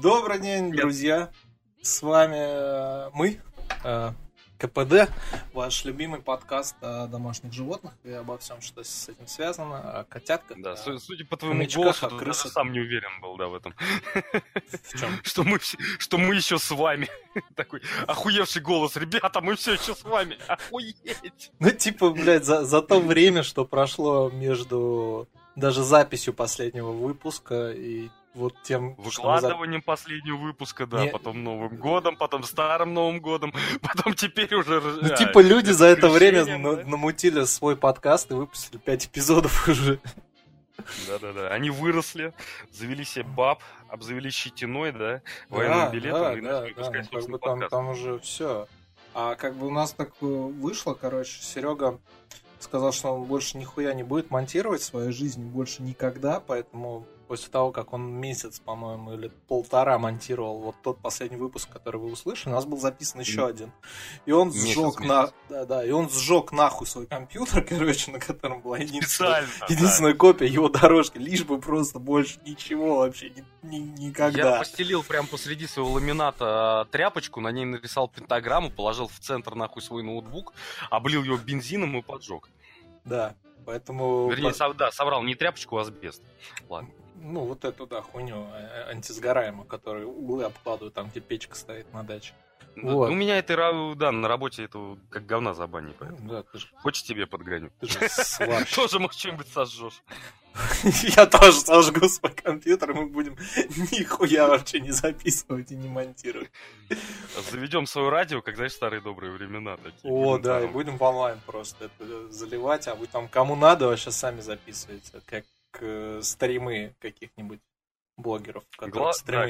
Добрый день, друзья. С вами мы, КПД, ваш любимый подкаст о домашних животных и обо всем, что с этим связано, о котятках. Да, судя по твоему голосу, ты даже сам не уверен был, да, в этом. В чем? Что мы еще с вами. Такой охуевший голос. Ребята, мы все еще с вами. Охуеть. Ну, типа, блядь, за то время, что прошло между даже записью последнего выпуска и вот тем... Выкладыванием последнего выпуска, да, потом Новым годом, потом Старым Новым годом, потом теперь уже... Ну, типа, люди за это время намутили свой подкаст и выпустили 5 эпизодов уже. Да-да-да, они выросли, завели себе баб, обзавелись щетиной, да, военным билетом и начали выпускать собственный подкаст. Там уже все. А как бы у нас так вышло, короче, Серега сказал, что он больше нихуя не будет монтировать в своей жизни, больше никогда, поэтому после того, как он месяц, по-моему, или полтора монтировал вот тот последний выпуск, который вы услышали, у нас был записан еще один. И он сжег нахуй свой компьютер, короче, на котором была единственная копия его дорожки, лишь бы просто больше ничего вообще никогда. Я постелил прям посреди своего ламината тряпочку, на ней нарисовал пентаграмму, положил в центр нахуй свой ноутбук, облил его бензином и поджег. Да, поэтому... Вернее, соврал, не тряпочку, а асбест. Ладно. Ну, вот эту, да, хуйню антисгораемую, которую углы обкладывают там, где печка стоит на даче. Вот. У меня это, да, на работе это как говна забани, поэтому. Да, ты же... Хочешь, тебе подгоню? Ты же сварщик. Тоже, может, что-нибудь сожжешь. Я тоже сожгу свой компьютер, и мы будем нихуя вообще не записывать и не монтировать. Заведем свое радио, как, знаешь, старые добрые времена такие. О, да, и будем в онлайн просто это заливать, а вы там кому надо вообще сами записываете, как стримы каких-нибудь блогеров, которые стримы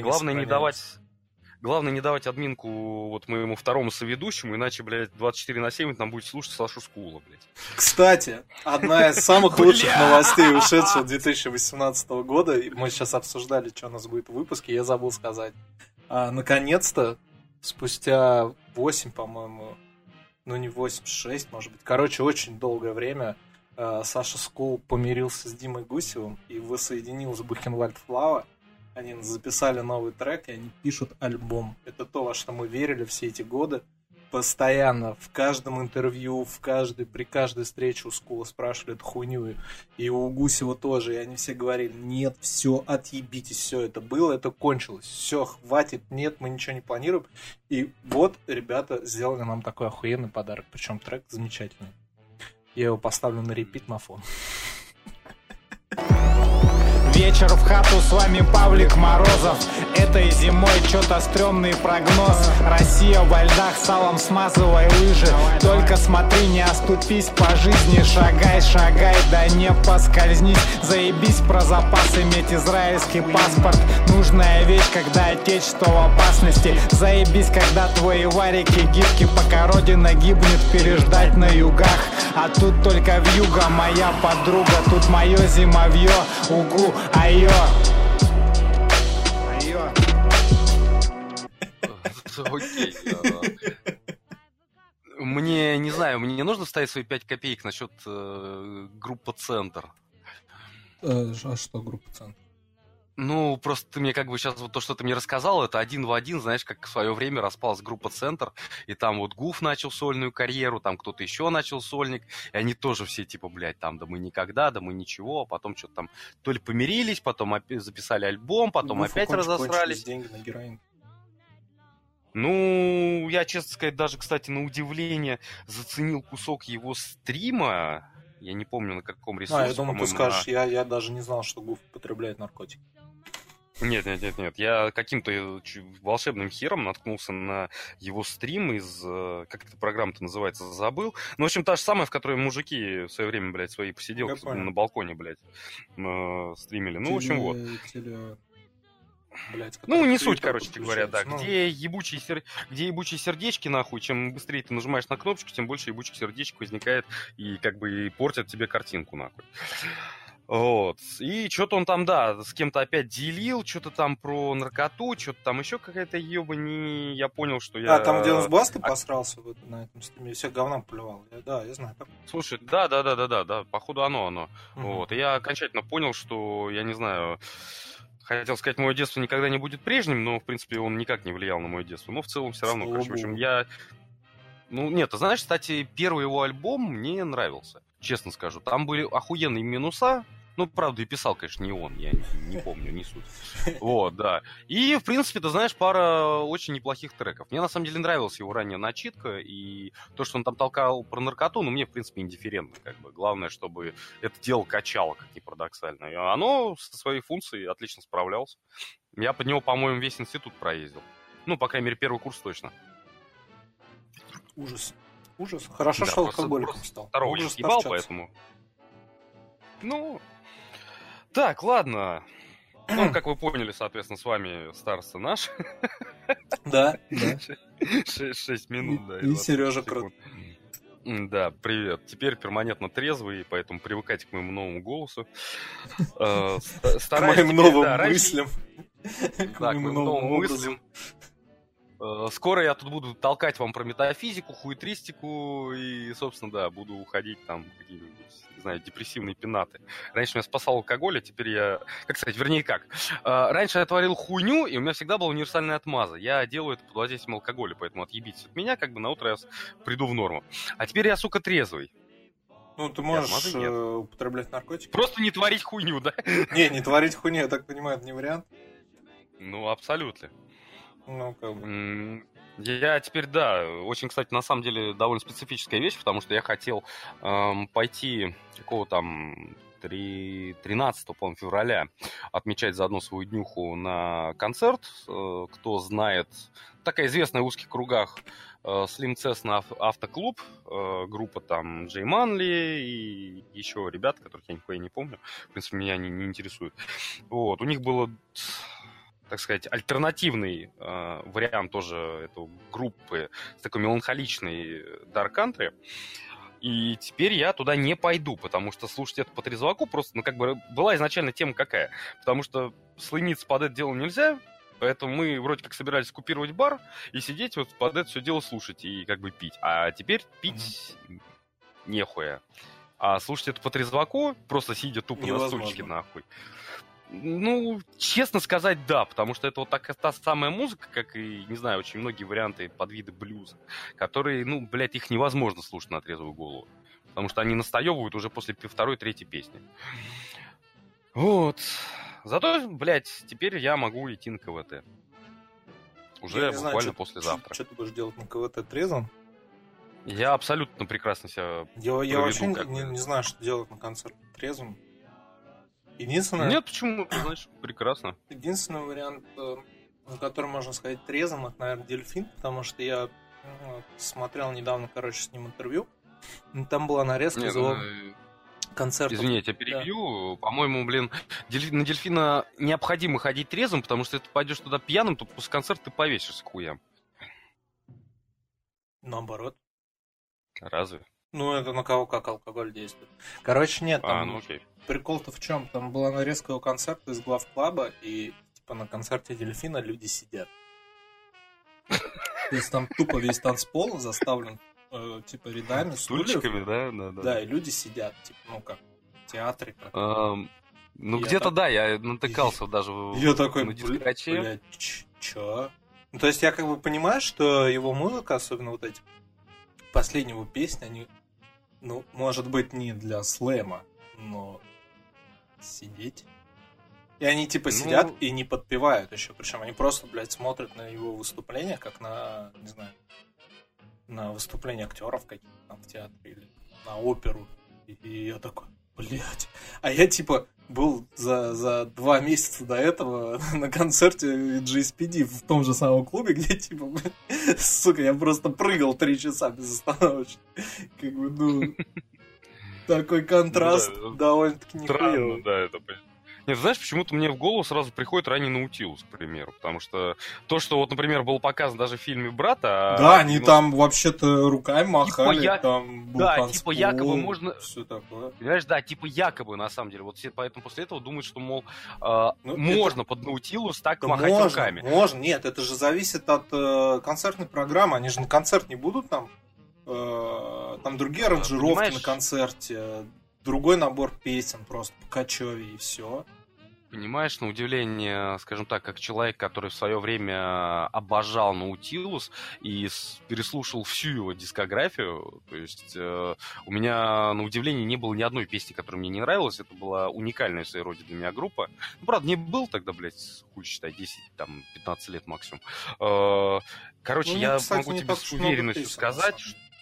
Главное не давать админку вот моему второму соведущему, иначе, блядь, 24/7 нам будет слушать Сашу Скула, блядь. Кстати, одна из самых лучших новостей ушедшего 2018 года, мы сейчас обсуждали, что у нас будет в выпуске, я забыл сказать. Наконец-то, спустя 8, по-моему, ну не 8, 6, может быть, короче, очень долгое время Саша Скул помирился с Димой Гусевым и воссоединил с Бухенвальд Флава. Они записали новый трек, и они пишут альбом. Это то, во что мы верили все эти годы. Постоянно, в каждом интервью, при каждой встрече у Скула спрашивали эту хуйню. И у Гусева тоже. И они все говорили, нет, все, отъебитесь, все это было, это кончилось. Все, хватит, нет, мы ничего не планируем. И вот ребята сделали нам такой охуенный подарок. Причем трек замечательный. Я его поставлю на репит на фон. Вечер в хату, с вами Павлик Морозов. Этой зимой чё-то стрёмный прогноз. Россия во льдах, салом смазывай лыжи. Только смотри, не оступись по жизни. Шагай, шагай, да не поскользнись. Заебись про запас иметь израильский паспорт. Нужная вещь, когда отечество в опасности. Заебись, когда твои варики гибки, пока родина гибнет, переждать на югах. А тут только вьюга, моя подруга. Тут мое зимовье, угу. Айо! Окей. Мне, не знаю, мне не нужно вставить свои 5 копеек насчет группы «Центр». А что группа «Центр»? Ну, просто ты мне как бы сейчас вот то, что ты мне рассказал, это один в один, знаешь, как в свое время распалась группа «Центр», и там вот Гуф начал сольную карьеру, там кто-то еще начал сольник, и они тоже все типа, блядь, там, да мы никогда, да мы ничего, потом что-то там то ли помирились, потом записали альбом, потом Гуфу опять разосрались. Деньги на героин. Ну, я, честно сказать, даже, кстати, на удивление заценил кусок его стрима, я не помню, на каком ресурсе. Я думаю, ты скажешь, я даже не знал, что Гуф употребляет наркотики. Нет. Я каким-то волшебным хером наткнулся на его стрим из... Как эта программа-то называется? Забыл. Ну, в общем, та же самая, в которой мужики в свое время, блядь, свои посиделки на балконе, блядь, стримили. Ну, в общем, вот. Блядь, ну, не суть, короче говоря, да. Где ебучие сердечки, нахуй, чем быстрее ты нажимаешь на кнопочку, тем больше ебучих сердечек возникает и как бы и портят тебе картинку, нахуй. Вот. И что-то он там, да, с кем-то опять делил, что-то там про наркоту, что-то там еще какая-то ебань, я понял, что я... там, где он с Бастой посрался вот, на этом стриме, всех говном плевал. Я знаю. Слушай, да, походу оно. Вот. И я окончательно понял, что, я не знаю... Хотел сказать, мое детство никогда не будет прежним, но, в принципе, он никак не влиял на мое детство. Но в целом все равно, короче, в общем, я... Ну, нет, ты знаешь, кстати, первый его альбом мне нравился, честно скажу. Там были охуенные минуса. Ну, правда, и писал, конечно, не он, я не помню, не суть. Вот, да. И, в принципе, ты знаешь, пара очень неплохих треков. Мне, на самом деле, нравилась его ранняя начитка, и то, что он там толкал про наркоту, ну, мне, в принципе, индифферентно, как бы. Главное, чтобы это дело качало, как ни парадоксально. И оно со своей функцией отлично справлялось. Я под него, по-моему, весь институт проездил. Ну, по крайней мере, первый курс точно. Ужас. Ужас. Хорошо, да, что алкоголиком стал. Второго не съебал, поэтому... Ну... Так, ладно. Ну, как вы поняли, соответственно, с вами староста наш. Да. 6 минут, да. И Сережа Крут. Да, привет. Теперь перманентно трезвый, поэтому привыкайте к моему новому голосу. К моим новым мыслям. Да, к моим новым мыслям. Скоро я тут буду толкать вам про метафизику, хуетристику и, собственно, да, буду уходить там какие-нибудь, не знаю, депрессивные пенаты. Раньше меня спасал алкоголь, а теперь я... Как сказать, вернее как. Раньше я творил хуйню, и у меня всегда была универсальная отмаза. Я делаю это под воздействием алкоголя, поэтому отъебитесь от меня, как бы на утро я приду в норму. А теперь я, сука, трезвый. Ну, ты можешь употреблять наркотики. Просто не творить хуйню, да? Не творить хуйню, я так понимаю, это не вариант. Ну, абсолютно. Ну, как бы. Я теперь, да, очень, кстати, на самом деле довольно специфическая вещь, потому что я хотел пойти какого там 13, по-моему, февраля отмечать заодно свою днюху на концерт. Кто знает, такая известная в узких кругах Slim Cessna автоклуб, группа там Джей Манли и еще ребят, которых я нихуя не помню. В принципе, меня они не интересуют. Вот, у них было... так сказать, альтернативный вариант тоже этой группы с такой меланхоличной Dark Country. И теперь я туда не пойду, потому что слушать это по трезваку просто, ну, как бы, была изначально тема какая. Потому что слыниться под это дело нельзя, поэтому мы вроде как собирались купировать бар и сидеть вот под это все дело слушать и как бы пить. А теперь пить нехуя. А слушать это по трезваку, просто сидя тупо на стульчике, нахуй. Ну, честно сказать, да, потому что это вот та самая музыка, как и, не знаю, очень многие варианты подвиды блюза, которые, ну, блядь, их невозможно слушать на трезвую голову, потому что они настоевывают уже после второй-третьей песни. Вот. Зато, блядь, теперь я могу идти на КВТ. Уже буквально послезавтра. Что ты будешь делать на КВТ трезвым? Я абсолютно прекрасно себя проведу. Я вообще не знаю, что делать на концерте трезвым. Единственное... Нет, почему? Ты знаешь, прекрасно. Единственный вариант, за который можно сказать трезвым, это, наверное, Дельфин, потому что я смотрел недавно, короче, с ним интервью. Там была нарезка из его концерта. Извини, я тебя перебью. Да. По-моему, блин, на Дельфина необходимо ходить трезвым, потому что если ты пойдешь туда пьяным, то после концерта ты повесишься к хуям. Наоборот. Разве? Ну, это на кого как алкоголь действует. Короче, нет, там ну окей. Прикол-то в чем? Там была нарезка его концерта из главклаба, и типа на концерте Дельфина люди сидят. То есть там тупо весь танцпол заставлен типа рядами, стульчиками, да? Да, и люди сидят, типа, ну как в театре. Ну где-то да, я натыкался даже я такой, на дискотеке. Блядь, чё? Ну, то есть я как бы понимаю, что его музыка, особенно вот эти последние песни, они, ну, может быть, не для слэма, но сидеть. И они типа сидят и не подпевают еще. Причем они просто, блядь, смотрят на его выступления, как на, не знаю, на выступления актеров каких-то там в театре или на оперу. И я такой, блядь. А я типа был за 2 месяца до этого на концерте GSPD в том же самом клубе, где типа, блядь, сука, я просто прыгал 3 часа безостановочно. Как бы, ну... Такой контраст, ну, да, довольно-таки нехуёвый. Да, это понятно. Нет, знаешь, почему-то мне в голову сразу приходит ранний Наутилус, к примеру. Потому что то, что вот, например, было показано даже в фильме «Брата». Да, они там вообще-то руками махали, типа там был танцпол, типа якобы можно... Все такое. Понимаешь, да, типа якобы, на самом деле. Вот все поэтому после этого думают, что, мол, можно под Наутилус так махать руками. Можно, нет, это же зависит от концертной программы. Они же на концерт не будут там другие аранжировки на концерте, другой набор песен, просто по качеве и все. Понимаешь, на удивление, скажем так, как человек, который в свое время обожал Наутилус и переслушал всю его дискографию, то есть у меня, на удивление, не было ни одной песни, которая мне не нравилась, это была уникальная в своей роде для меня группа. Ну, правда, не был тогда, блядь, хуй считай, 10-15 лет максимум. Короче, ну, я кстати, могу тебе с уверенностью сказать,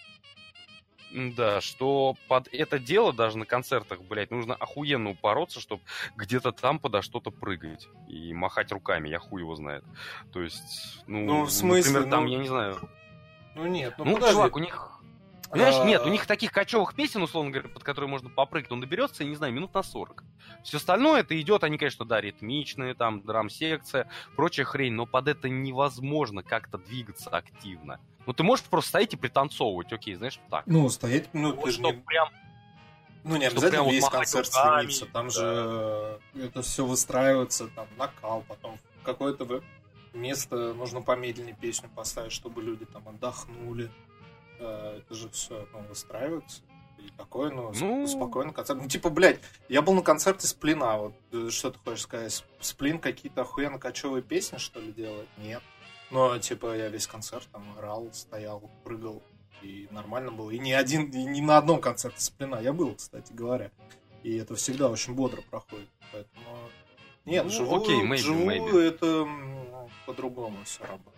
да, что под это дело даже на концертах, блядь, нужно охуенно упороться, чтобы где-то там подо что-то прыгать и махать руками, я хуй его знает. То есть, ну в смысле, например, там, я не знаю... Ну нет, подожди. Чувак, у них... Понимаешь, нет, у них таких кочевых песен, условно говоря, под которые можно попрыгать, он доберется, я не знаю, минут на 40. Все остальное это идет, они, конечно, да, ритмичные, там, драм-секция, прочая хрень, но под это невозможно как-то двигаться активно. Ну, ты можешь просто стоять и пританцовывать, окей, знаешь, так. Ну, стоять, ну, вот ты же не... прям... Ну, не обязательно прям весь вот концерт руками, стремится, там да. же это все выстраивается, там, накал, потом в какое-то место нужно помедленнее песню поставить, чтобы люди там отдохнули. Это же все, ну, выстраивается. И такое, ну, спокойно концерт. Ну, типа, блядь, я был на концерте Сплина, вот, что ты хочешь сказать? Сплин какие-то охуенно кочевые песни, что ли, делает? Нет. Но, типа, я весь концерт там орал, стоял, прыгал, и нормально было. И ни на одном концерте Сплина я был, кстати говоря. И это всегда очень бодро проходит. Поэтому... Нет, вживую это по-другому все работает.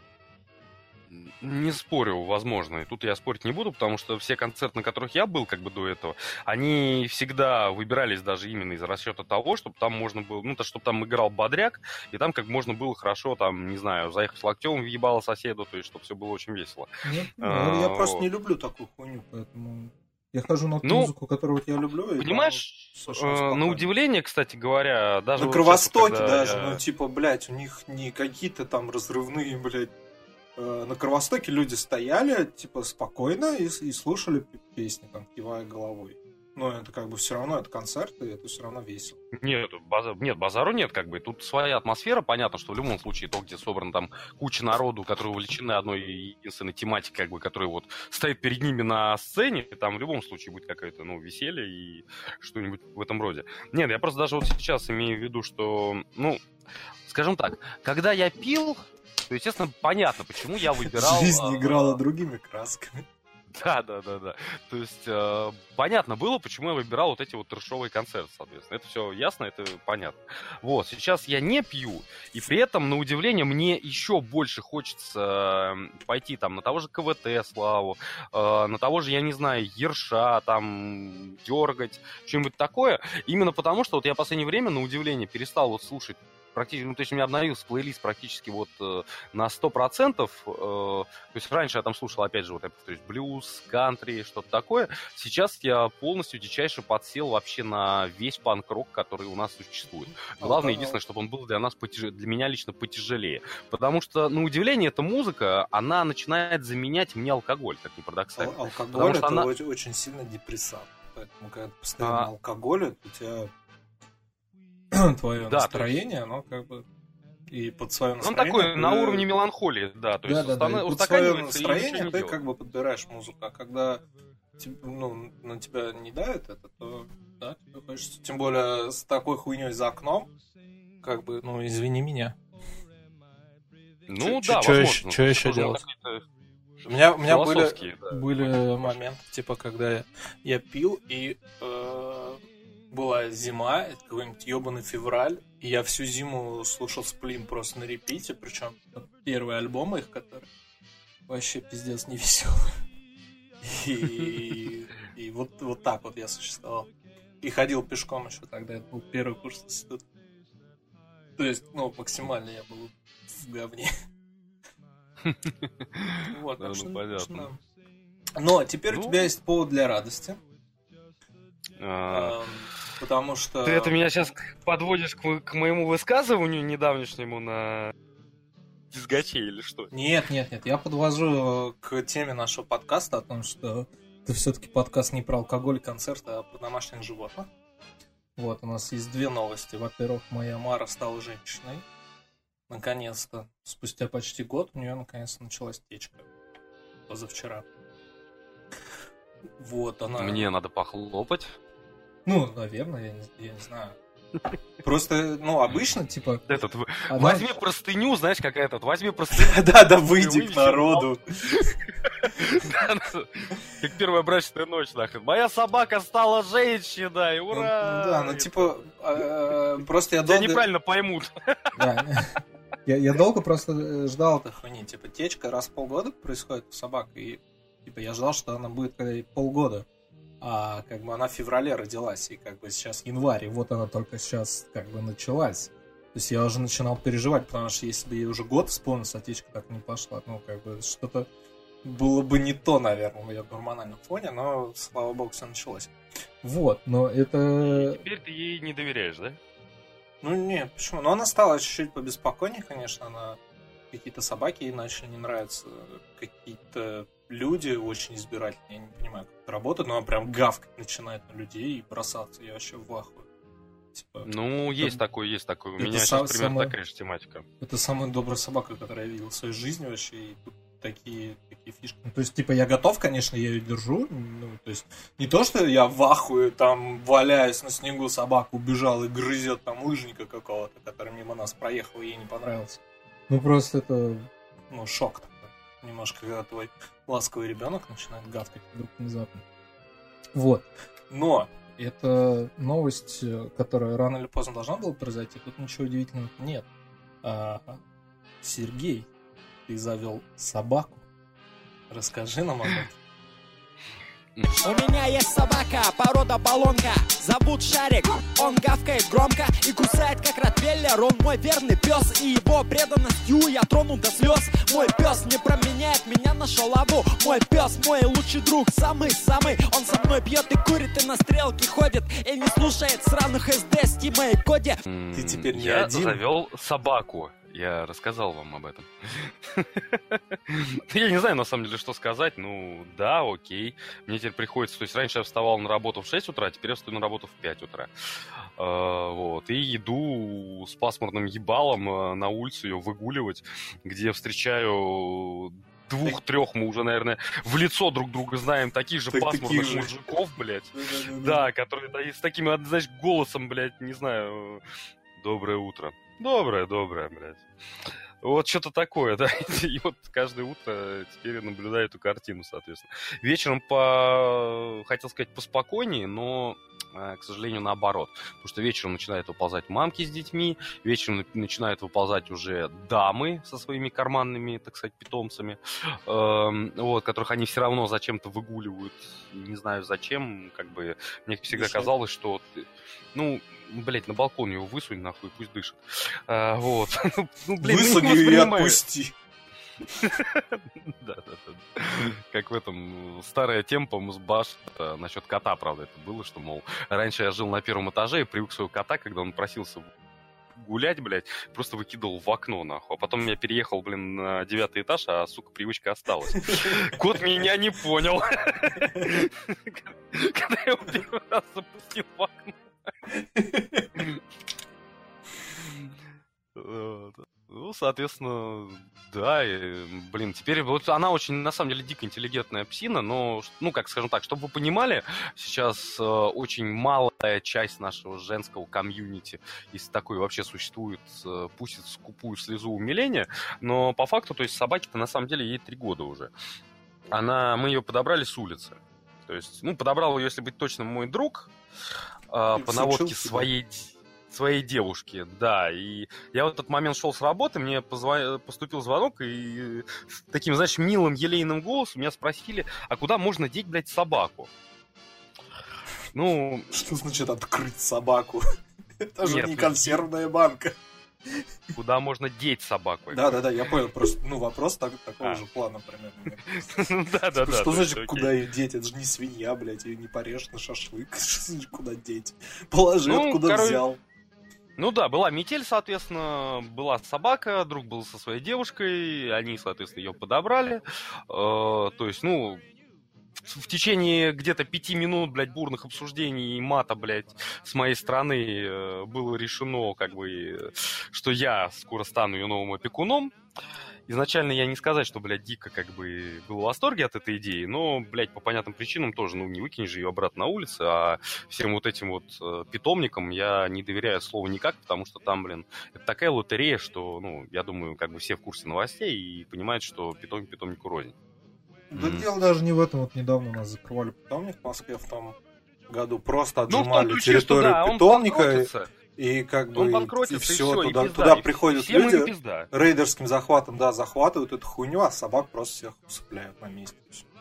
Не спорю, возможно. И тут я спорить не буду, потому что все концерты, на которых я был как бы до этого, они всегда выбирались даже именно из расчета того, чтобы там можно было, ну, то, чтобы там играл бодряк, и там как можно было хорошо, там, не знаю, заехать локтем в ебало соседу, то есть, чтобы все было очень весело. Я просто не люблю такую хуйню, поэтому... Я хожу на ту музыку, которую я люблю. Понимаешь, на удивление, кстати говоря, даже... На Кровостоке даже, ну, типа, блядь, у них не какие-то там разрывные, блядь, на Кровостоке люди стояли, типа, спокойно и слушали песни, там, кивая головой. Но это как бы все равно, это концерт, и это все равно весело. Нет, базару нет, как бы. Тут своя атмосфера, понятно, что в любом случае то, где собрана там куча народу, которые увлечены одной единственной тематикой, как бы, которая вот стоит перед ними на сцене, и там в любом случае будет какое-то, ну, веселье и что-нибудь в этом роде. Нет, я просто даже вот сейчас имею в виду, что, ну, скажем так, когда я пил, то, естественно, понятно, почему я выбирал... Жизнь играла другими красками. Да. То есть, понятно было, почему я выбирал вот эти вот трэшовые концерты, соответственно. Это все ясно, это понятно. Вот, сейчас я не пью, и при этом, на удивление, мне еще больше хочется пойти там на того же КВТ, Славу, на того же, я не знаю, Ерша, там, дергать, что-нибудь такое. Именно потому, что вот я в последнее время, на удивление, перестал вот слушать практически, ну, то есть у меня обновился плейлист практически вот на 100%. То есть раньше я там слушал, опять же, вот я повторюсь, блюз, кантри, что-то такое. Сейчас я полностью дичайше подсел вообще на весь панк-рок, который у нас существует. Главное, единственное, чтобы он был для нас, для меня лично потяжелее. Потому что, на удивление, эта музыка, она начинает заменять мне алкоголь, как ни парадоксально. Алкоголь — это очень сильно депрессант. Поэтому, когда ты постоянно алкоголь, у тебя... твое настроение, оно как бы и под свое настроение... Он такой на уровне меланхолии, да. То есть под свое настроение ты как бы подбираешь музыку, а когда на тебя не давит это, то да, тебе хочется. Тем более с такой хуйней за окном, как бы, ну, извини меня. Ну да, возможно. Что еще делать? У меня были моменты, типа, когда я пил, и была зима, это какой-нибудь ебаный февраль, и я всю зиму слушал Сплин просто на репите, причем первый альбом их, который вообще пиздец не веселый. И вот так вот я существовал. И ходил пешком еще тогда, это был первый курс института. То есть, ну, максимально я был в говне. Вот, понятно. Но теперь у тебя есть повод для радости. Потому что... Ты это меня сейчас подводишь к моему высказыванию недавнешнему на дисгаче или что? Нет, я подвожу к теме нашего подкаста о том, что это все-таки подкаст не про алкоголь, концерты, а про домашних животных. Вот, у нас есть две новости. Во-первых, моя Мара стала женщиной. Наконец-то. Спустя почти год у нее наконец-то началась течка. Позавчера. Вот, она... Мне надо похлопать. Ну, наверное, я не знаю. Просто, ну, обычно, типа... Возьми простыню, знаешь, какая-то, возьми простыню. Да, выйди к народу. Как первая брачная ночь, нахрен. Моя собака стала женщиной, ура! Да, ну, типа, просто я долго... Тебя неправильно поймут. Я долго просто ждал этой хуйни. Типа, течка раз в полгода происходит у собак, и типа я ждал, что она будет когда полгода. А как бы она в феврале родилась, и как бы сейчас январь, и вот она только сейчас как бы началась. То есть я уже начинал переживать, потому что если бы ей уже год исполнился, а течка так не пошла, ну как бы что-то было бы не то, наверное, в ее гормональном фоне, но слава богу, все началось. Вот, но это... И теперь ты ей не доверяешь, да? Ну нет, почему? Но она стала чуть-чуть побеспокойнее, конечно, она... Какие-то собаки ей начали не нравиться, какие-то люди очень избирательные, я не понимаю, как это работает, но она прям гавкать начинает на людей и бросаться, я вообще в ахуе. Типа, ну, есть такое. У меня сейчас примерно такая же тематика. Это самая добрая собака, которую я видел в своей жизни вообще, и тут такие фишки. Ну, то есть, типа, я готов, конечно, я ее держу, ну, то есть, не то, что я в ахуе, там, валяюсь на снегу, собака убежала и грызет там лыжника какого-то, который мимо нас проехал, и ей не понравился. Ну, просто это, ну, шок такой. Немножко, когда твой ласковый ребенок начинает гавкать вдруг внезапно. Вот. Но это новость, которая рано или поздно должна была произойти. Тут ничего удивительного нет. Сергей, ты завел собаку. Расскажи нам об этом. У меня есть собака, порода баллонка. Зовут Шарик, он гавкает громко и кусает как ротвейлер. Он мой верный пес, и его преданностью я тронут до слез. Мой пес не променяет меня на шалаву. Мой пес мой лучший друг, самый-самый. Он со мной пьет и курит, и на стрелке ходит, и не слушает сраных СД с Тимой и Коди. Ты теперь не я один. завел собаку. Я рассказал вам об этом. Я не знаю, на самом деле, что сказать. Ну, да, окей. Мне теперь приходится... То есть, раньше я вставал на работу в 6 утра, а теперь я встаю на работу в 5 утра. Вот. И иду с пасмурным ебалом на улицу ее выгуливать, где встречаю... 2-3 мы уже, наверное, в лицо друг друга знаем, таких же пасмурных мужиков, блядь. Да, которые с таким, знаешь, голосом, блядь, не знаю... Доброе утро. Доброе, блядь. Вот что-то такое, да. И вот каждое утро теперь я наблюдаю эту картину, соответственно. Вечером хотел сказать поспокойнее, но, к сожалению, наоборот. Потому что вечером начинают выползать мамки с детьми, вечером начинают выползать уже дамы со своими карманными, так сказать, питомцами, вот, которых они все равно зачем-то выгуливают. Не знаю зачем, как бы мне всегда казалось, что... Ну, блять, на балкон его высунь, нахуй, пусть дышит. Вот. Высунь ее и отпусти. Да. Как в этом старая темпа Музбаш насчет кота, правда, это было, что, мол, раньше я жил на 1 этаже и привык своего кота, когда он просился гулять, блядь, просто выкидывал в окно, нахуй. А потом я переехал, блин, на 9 этаж, а, сука, привычка осталась. Кот меня не понял. Когда я его первый раз запустил в окно. Ну, соответственно, да, блин, теперь вот она очень, на самом деле, дико интеллигентная псина, но, ну, как скажем так, чтобы вы понимали, сейчас очень малая часть нашего женского комьюнити, если такое вообще существует, пустит скупую слезу умиления, но по факту, то есть собаке-то на самом деле ей 3 года уже. Мы ее подобрали с улицы. То есть, ну, подобрал ее, если быть точным, мой друг, по наводке своей девушки, да, и я в этот момент шел с работы, мне поступил звонок, и таким, знаешь, милым, елейным голосом меня спросили, а куда можно деть, блядь, собаку? Ну... Что значит открыть собаку? Это же не консервная банка. Куда можно деть собаку? Да, я понял, просто, ну, вопрос такого же плана примерно. Да. Что значит, куда ее деть? Это же не свинья, блядь, ее не порежь на шашлык. Что значит, куда деть? Положи, откуда взял. Ну да, была метель, соответственно, была собака, друг был со своей девушкой, они, соответственно, ее подобрали. То есть, ну, в течение где-то 5 минут, блядь, бурных обсуждений и мата, блядь, с моей стороны было решено, как бы, что я скоро стану ее новым опекуном. изначально я не сказать, что, блядь, дико как бы был в восторге от этой идеи, но, блядь, по понятным причинам тоже, ну, не выкинешь же ее обратно на улице, а всем вот этим вот питомникам я не доверяю слову никак, потому что там, блин, это такая лотерея, что, ну, я думаю, как бы все в курсе новостей и понимают, что питомник питомнику рознь. Да дело даже не в этом. Вот недавно у нас закрывали питомник в Москве в том году. Просто отжимали территорию питомника. И как бы и все, туда приходят люди рейдерским захватом, да, захватывают эту хуйню, а собак просто всех усыпляют на месте.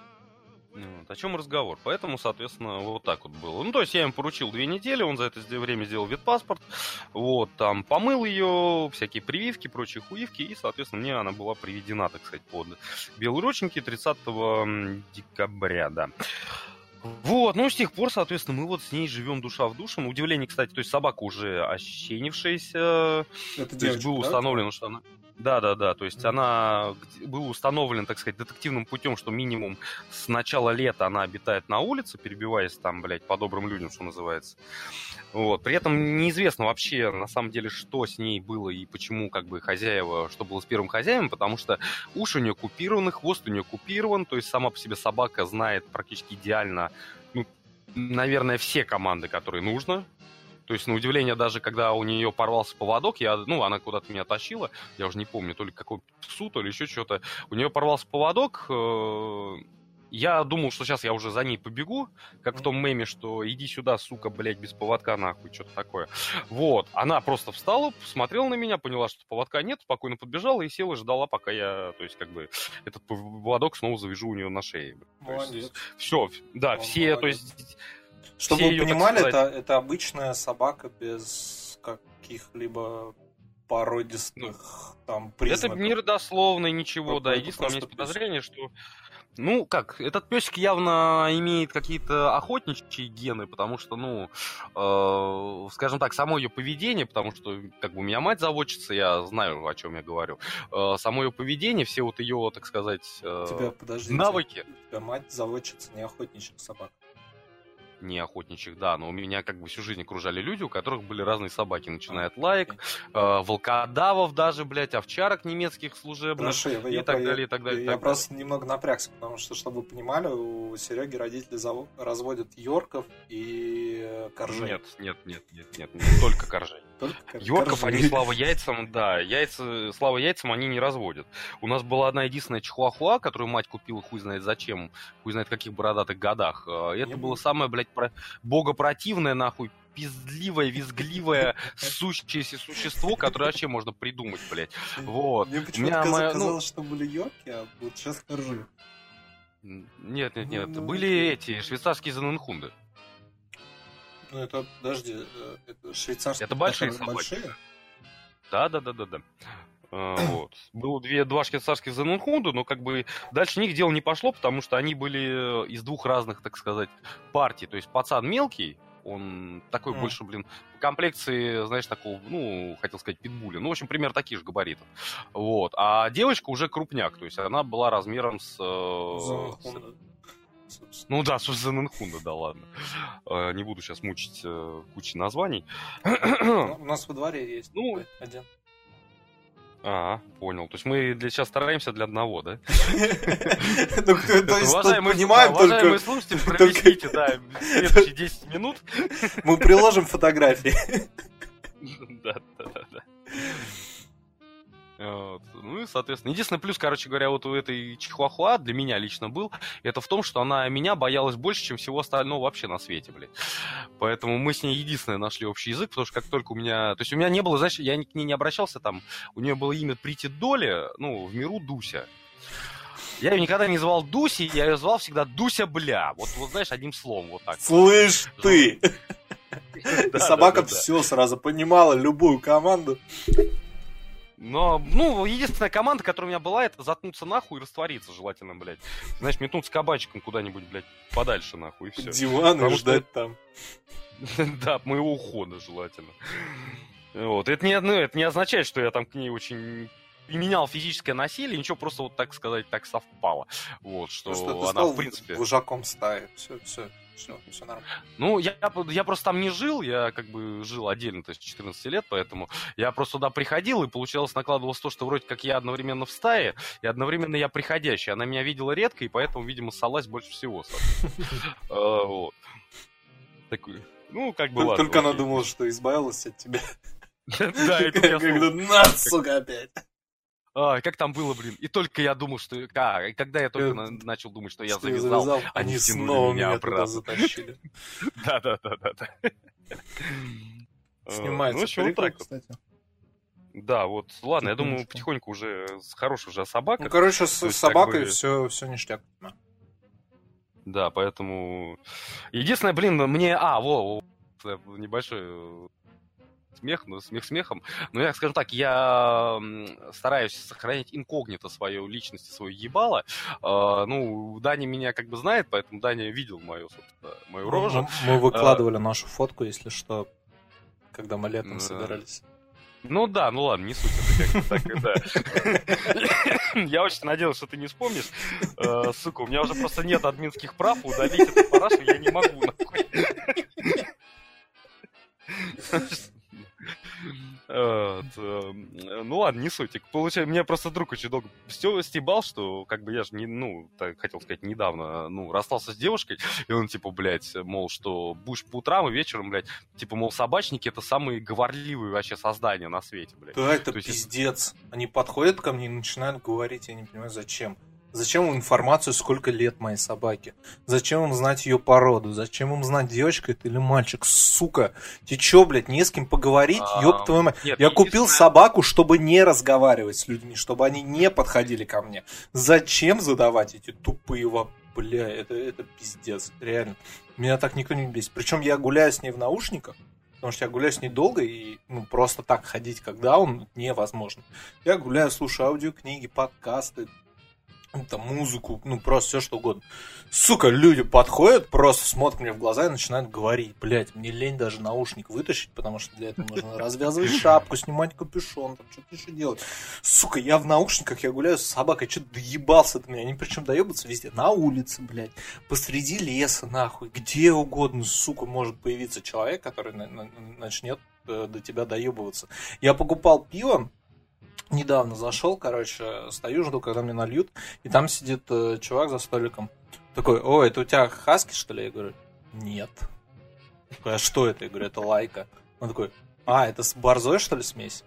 О чем разговор? Поэтому, соответственно, вот так вот было. Ну, то есть я им поручил 2 недели, он за это время сделал ветпаспорт, вот, там, помыл ее, всякие прививки, прочие хуивки, и, соответственно, мне она была приведена, так сказать, под белые рученьки 30 декабря, да. Вот, ну, с тех пор, соответственно, мы вот с ней живем душа в душу. На удивление, кстати, то есть собака уже ощенившаяся. Это девочка, то есть было установлено, что она... Да, то есть она был установлен, так сказать, детективным путем, что минимум с начала лета она обитает на улице, перебиваясь там, блядь, по добрым людям, что называется. Вот. При этом неизвестно вообще, на самом деле, что с ней было и почему, как бы, хозяева, что было с первым хозяином, потому что уши у нее купированы, хвост у нее купирован, то есть сама по себе собака знает практически идеально, ну, наверное, все команды, которые нужно. То есть, на удивление, даже когда у нее порвался поводок, она куда-то меня тащила, я уже не помню, то ли какой-то псу, то ли еще что-то. У нее порвался поводок, я думал, что сейчас я уже за ней побегу, как в том меме, что иди сюда, сука, блядь, без поводка, нахуй, что-то такое. Вот, она просто встала, посмотрела на меня, поняла, что поводка нет, спокойно подбежала и села, ждала, пока я, то есть, как бы, этот поводок снова завяжу у нее на шее. Молодец. Все, да, все, молодец. То есть... Чтобы вы понимали, это обычная собака без каких-либо породистых там признаков. Это не родословно, ничего, да. Единственное, у меня есть подозрение, что... Ну, как, этот песик явно имеет какие-то охотничьи гены, потому что, скажем так, само ее поведение, потому что, как бы, у меня мать заводчица, я знаю, о чем я говорю. Само ее поведение, все вот ее, так сказать, навыки. У тебя мать заводчица не охотничьих собак. Не охотничьих, да, но у меня как бы всю жизнь окружали люди, у которых были разные собаки, начиная от лаек, волкодавов даже, блядь, овчарок немецких служебных, и так далее, и так далее. Я просто немного напрягся, потому что, чтобы вы понимали, у Сереги родители разводят йорков и коржей. Нет, только коржей. Йорков, они слава яйцам, да, слава яйцам они не разводят. У нас была одна единственная чихуахуа, которую мать купила хуй знает зачем, хуй знает в каких бородатых годах. Это было самое, блядь, богопротивное, нахуй, пиздливое, визгливое, сущееся существо, которое вообще можно придумать, блядь. Вот. Мне почему-то казалось, что были йорки, а вот сейчас коржи. Нет, были эти швейцарские зененхунды. Ну, это, подожди, это швейцарские. Это большие собаки. Большие? Да. Вот. Было два швейцарских зененхунда, но как бы дальше них дело не пошло, потому что они были из двух разных, так сказать, партий. То есть пацан мелкий, он такой больше, блин, по комплекции, знаешь, такого, хотел сказать, питбуля. Ну, в общем, примерно таких же габаритов. Вот. А девочка уже крупняк, то есть она была размером с... Ну да, с Зененхунда, да ладно. Не буду сейчас мучить кучей названий. У нас во дворе есть один. Понял. То есть мы сейчас стараемся для одного, да? Уважаемые слушатели, проведите, да, следующие 10 минут. Мы приложим фотографии. Да. Вот. Ну и, соответственно, единственный плюс, короче говоря, вот у этой чихуахуа для меня лично был, это в том, что она меня боялась больше, чем всего остального вообще на свете, блядь. Поэтому мы с ней единственное нашли общий язык, потому что как только у меня... То есть у меня не было, знаешь, я к ней не обращался там, у нее было имя Прити Доли, в миру Дуся. Я ее никогда не звал Дуси, я ее звал всегда Дуся, бля. Вот знаешь, одним словом, вот так. Слышь ты! Собака все сразу понимала, любую команду. Но, единственная команда, которая у меня была, это заткнуться нахуй и раствориться желательно, блядь. Знаешь, метнуться кабачиком куда-нибудь, блядь, подальше нахуй, и все. Диван и ждать там. Да, моего ухода желательно. Вот, это не означает, что я там к ней очень применял физическое насилие, ничего, просто вот так сказать, так совпало. Вот, что она, в принципе... вожаком стаи, все. все нормально. Ну, я просто там не жил, я как бы жил отдельно, то есть 14 лет, поэтому я просто туда приходил, и получалось, накладывалось то, что вроде как я одновременно в стае, и одновременно я приходящий. Она меня видела редко, и поэтому, видимо, ссалась больше всего. Вот. Такой, ну, как бы ладно. Только она думала, что избавилась от тебя. Да, и тут я когда на, сука, опять. Как там было, блин? И только я думал, что... и когда я только начал думать, что я завязал, они снова меня туда затащили. Да. Снимается. Ну, что, так, кстати. Да, вот, ладно, я думаю, потихоньку уже хорошая уже собака. Ну, короче, с собакой все ништяк. Да, поэтому... Единственное, блин, мне... небольшой... смех, но смех смехом. Но я, скажем так, я стараюсь сохранять инкогнито свою личность и свое ебало. Ну, Даня меня как бы знает, поэтому Даня видел мою рожу. Мы выкладывали нашу фотку, если что, когда мы летом собирались. Ну да, ну ладно, не суть, это как-то так, да. Я очень надеялся, что ты не вспомнишь. Сука, у меня уже просто нет админских прав, удалить эту парашу я не могу, нахуй. Ну ладно, не суть. Получается, меня просто друг очень долго стебал, что как бы я же хотел сказать, недавно, расстался с девушкой, и он типа, блядь, мол, что будешь по утрам и вечером, блядь, типа, мол, собачники — это самые говорливые вообще создания на свете, блядь. Да, это пиздец. Они подходят ко мне и начинают говорить, я не понимаю, зачем. Зачем им информацию, сколько лет моей собаке? Зачем им знать ее породу? Зачем им знать, девочка это или мальчик? Сука, ты чё, блядь, не с кем поговорить? Ёб твою мать. Я купил собаку, чтобы не разговаривать с людьми, чтобы они не подходили ко мне. Зачем задавать эти тупые вопросы? Бля, это пиздец, реально. Меня так никто не бесит. Причем я гуляю с ней в наушниках, потому что я гуляю с ней долго, и просто так ходить, когда он, невозможно. Я гуляю, слушаю аудиокниги, подкасты, там, музыку, просто все что угодно. Сука, люди подходят, просто смотрят мне в глаза и начинают говорить. Блять, мне лень даже наушник вытащить, потому что для этого нужно развязывать шапку, снимать капюшон, там что-то еще делать. Сука, я в наушниках, я гуляю с собакой, что-то доебался до меня. Они причем доебаются везде. На улице, блядь, посреди леса, нахуй, где угодно, сука, может появиться человек, который начнет до тебя доебываться. Я покупал пиво, недавно зашел, короче, стою, жду, когда мне нальют, и там сидит чувак за столиком. Такой, ой, это у тебя хаски, что ли? Я говорю, нет. Такой, а что это? Я говорю, это лайка. Он такой, это с борзой, что ли, смесь?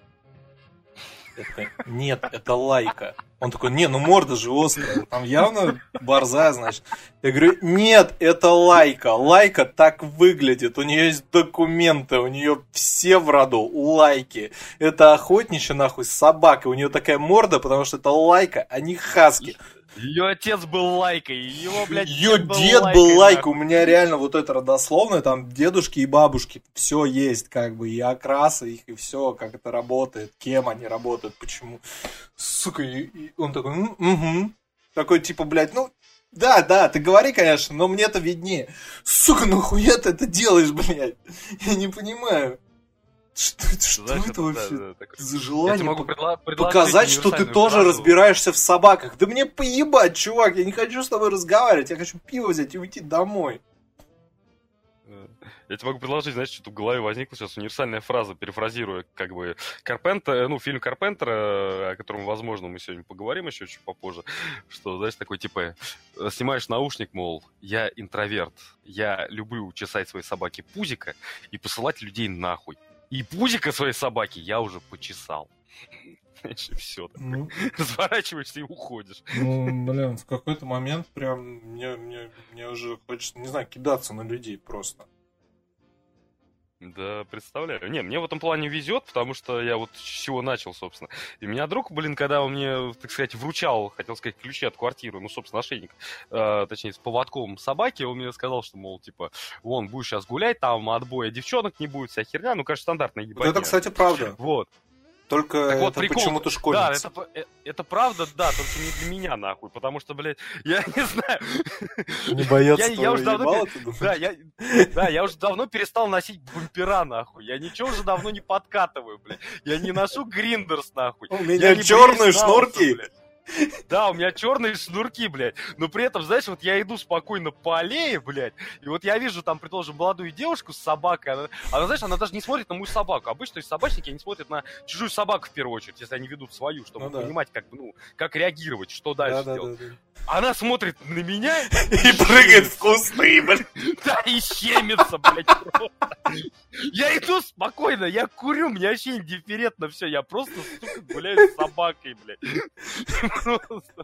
Я такой, нет, это лайка. Он такой, морда же острая, там явно борзая, значит. Я говорю, нет, это лайка. Лайка так выглядит, у нее есть документы, у нее все в роду лайки. Это охотничья, нахуй, собака, у нее такая морда, потому что это лайка, а не хаски. Ее отец был лайкой, его, блядь, ее дед был лайкой. У меня реально вот это родословное, там дедушки и бабушки, все есть, как бы, и окрасы их, и все, как это работает, кем они работают, почему. Сука, и он такой, угу. Такой, типа, блядь, да, ты говори, конечно, но мне это виднее. Сука, нахуя ты это делаешь, блядь? Я не понимаю. Что это вообще за желание показать, что ты тоже разбираешься в собаках? Да мне поебать, чувак, я не хочу с тобой разговаривать, я хочу пиво взять и уйти домой. Я тебе могу предложить, знаешь, что-то в голове возникла сейчас универсальная фраза, перефразируя, как бы, Карпентер, фильм Карпентера, о котором, возможно, мы сегодня поговорим еще чуть попозже, что, знаешь, такой, типа, снимаешь наушник, мол, я интроверт, я люблю чесать своей собаке пузико и посылать людей нахуй. И пузико своей собаки я уже почесал. Значит, все. Разворачиваешься и уходишь. Блин, в какой-то момент прям мне уже хочется, не знаю, кидаться на людей просто. Да, представляю. Не, мне в этом плане везет, потому что я вот с чего начал, собственно. И меня друг, когда он мне, так сказать, вручал, хотел сказать, ключи от квартиры, собственно, ошейник, точнее, с поводком собаки, он мне сказал, что, мол, типа, вон, будешь сейчас гулять, там отбоя девчонок не будет, вся херня, конечно, стандартная ебанья. Вот это, кстати, правда. Вот. Только так вот, это прикол, почему-то школьница. Да, это правда, да, только не для меня, нахуй, потому что, блядь, я не знаю. Не боятся я уже давно, ебала, ты думаешь? я уже давно перестал носить бампера, нахуй. Я ничего уже давно не подкатываю, блядь. Я не ношу гриндерс, нахуй. У меня черные шнурки. Да, у меня черные шнурки, блядь. Но при этом, знаешь, вот я иду спокойно по аллее, блядь, и вот я вижу там, предположим, молодую девушку с собакой. Она, знаешь, она даже не смотрит на мою собаку. Обычно собачники, они смотрят на чужую собаку в первую очередь, если они ведут свою, чтобы понимать, как, ну, как реагировать, что дальше делать. Да. Она смотрит на меня и прыгает в кусты, блядь. Да, и щемится, блядь, просто. Я иду спокойно, я курю, мне вообще индифферентно все. Я просто, сука, гуляю с собакой, блядь. Просто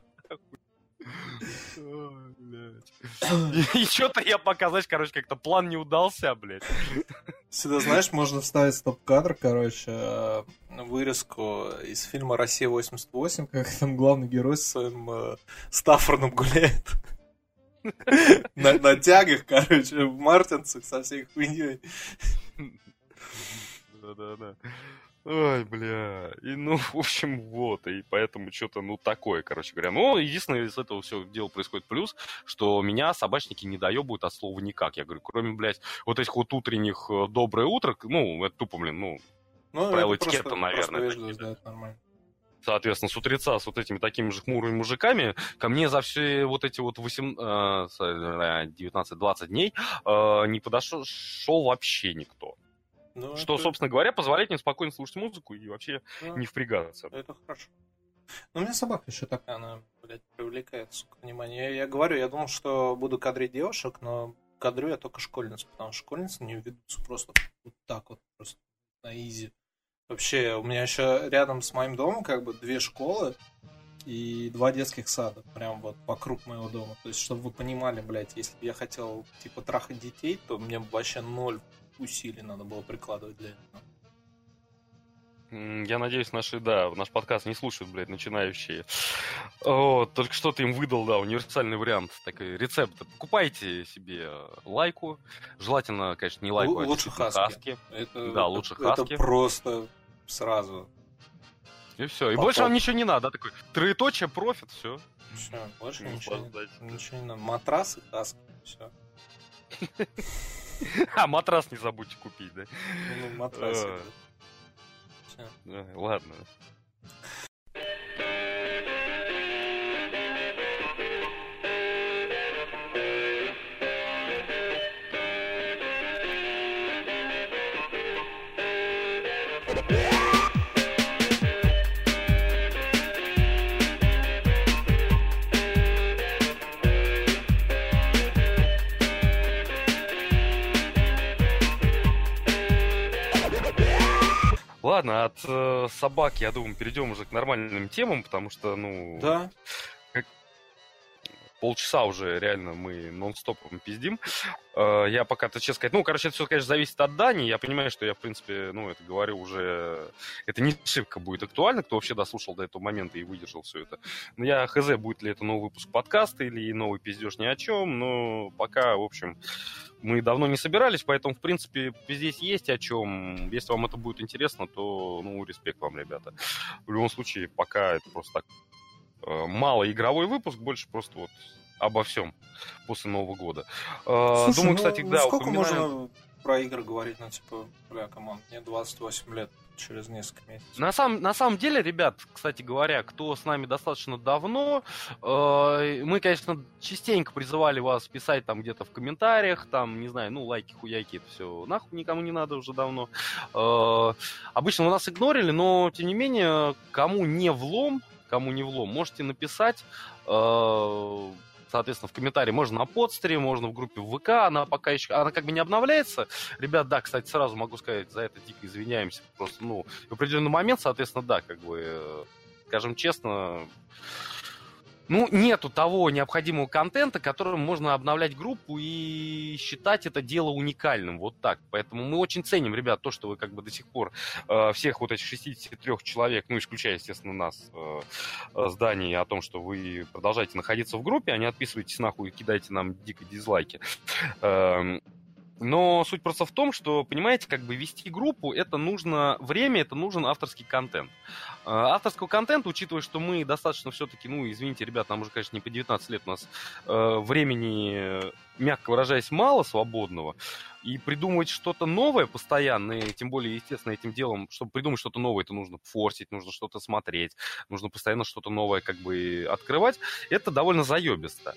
и что-то я пока, знаешь, короче, как-то план не удался, блядь. Сюда, знаешь, можно вставить стоп-кадр, короче, вырезку из фильма «Россия-88», как там главный герой с своим Стаффордом гуляет. На тягах, короче, в мартинцах со всей хуйней. Да-да-да. Ой, бля. И, ну, в общем, вот. И поэтому что-то, ну, такое, короче говоря. Ну, единственное, из этого всего дела происходит плюс, что меня собачники не доебывают от слова никак. Я говорю, кроме, блядь, вот этих вот утренних «доброе утро», ну, это тупо, блин, ну правила этикета, наверное. Вежливость, да, это нормально. Соответственно, с утреца с вот этими такими же хмурыми мужиками ко мне за все вот эти вот 19-20 дней не подошел вообще никто. Ну, что, это... собственно говоря, позволяет мне спокойно слушать музыку и вообще не впрягаться. Это хорошо. Ну, у меня собака еще такая, она, блядь, привлекает, сука, внимание. Я говорю, я думал, что буду кадрить девушек, но кадрю я только школьниц, потому что школьницы не ведутся просто вот так вот, просто на изи. Вообще, у меня еще рядом с моим домом как бы 2 школы и 2 детских сада, прям вот вокруг моего дома. То есть, чтобы вы понимали, блядь, если бы я хотел, типа, трахать детей, то мне вообще 0 усилий надо было прикладывать для этого. Я надеюсь, наш подкаст не слушают, блядь, начинающие. Вот, только что ты им выдал, да, универсальный вариант, такой рецепт. Покупайте себе лайку. Желательно, конечно, не лайку, лучше хаски. Лучше хаски. Это просто сразу. И все. И больше вам ничего не надо. Такой троеточие, профит, все. Все, больше ничего не надо. Матрас и хаски, все. А, матрас не забудьте купить, да? Ну, матрас. Ладно. Ладно, от собак, я думаю, перейдем уже к нормальным темам, потому что, ну... Да. Полчаса уже реально мы нон-стопом пиздим. Я пока-то, честно сказать, ну, короче, это все, конечно, зависит от Дани. Я понимаю, что я, в принципе, ну, это говорю уже... Это не шибко будет актуально, кто вообще дослушал до этого момента и выдержал все это. Но я хз, будет ли это новый выпуск подкаста или новый пиздеж ни о чем, но пока, в общем... Мы давно не собирались, поэтому, в принципе, здесь есть о чем. Если вам это будет интересно, то, ну, респект вам, ребята. В любом случае, пока это просто так мало игровой выпуск, больше просто вот обо всем после Нового года. Слушай, думаю, кстати, да, сколько можно про игры говорить? Ну, типа, бля, команд, мне 28 лет. Через несколько месяцев. На самом деле, ребят, кстати говоря, кто с нами достаточно давно, мы, конечно, частенько призывали вас писать там где-то в комментариях, там, не знаю, ну, лайки, хуяки, это все нахуй никому не надо уже давно. Обычно вы нас игнорили, но, тем не менее, кому не влом, можете написать, соответственно, в комментарии можно на подстере, можно в группе в ВК, она пока еще, она как бы не обновляется. Ребят, да, кстати, сразу могу сказать, за это дико извиняемся. Просто, ну, в определенный момент, соответственно, да, как бы, скажем честно, ну, нету того необходимого контента, которым можно обновлять группу и считать это дело уникальным, вот так. Поэтому мы очень ценим, ребят, то, что вы как бы до сих пор всех вот этих 63 человек, ну, исключая, естественно, нас с Даней, о том, что вы продолжаете находиться в группе, а не отписывайтесь нахуй и кидайте нам дико дизлайки. Но суть просто в том, что, понимаете, как бы вести группу, это нужно время, это нужен авторский контент. Авторского контента, учитывая, что мы достаточно все-таки, ну, извините, ребят, нам уже, конечно, не по 19 лет, у нас времени, мягко выражаясь, мало свободного, и придумывать что-то новое постоянно, и тем более, естественно, этим делом, чтобы придумать что-то новое, это нужно форсить, нужно что-то смотреть, нужно постоянно что-то новое как бы открывать, это довольно заебисто.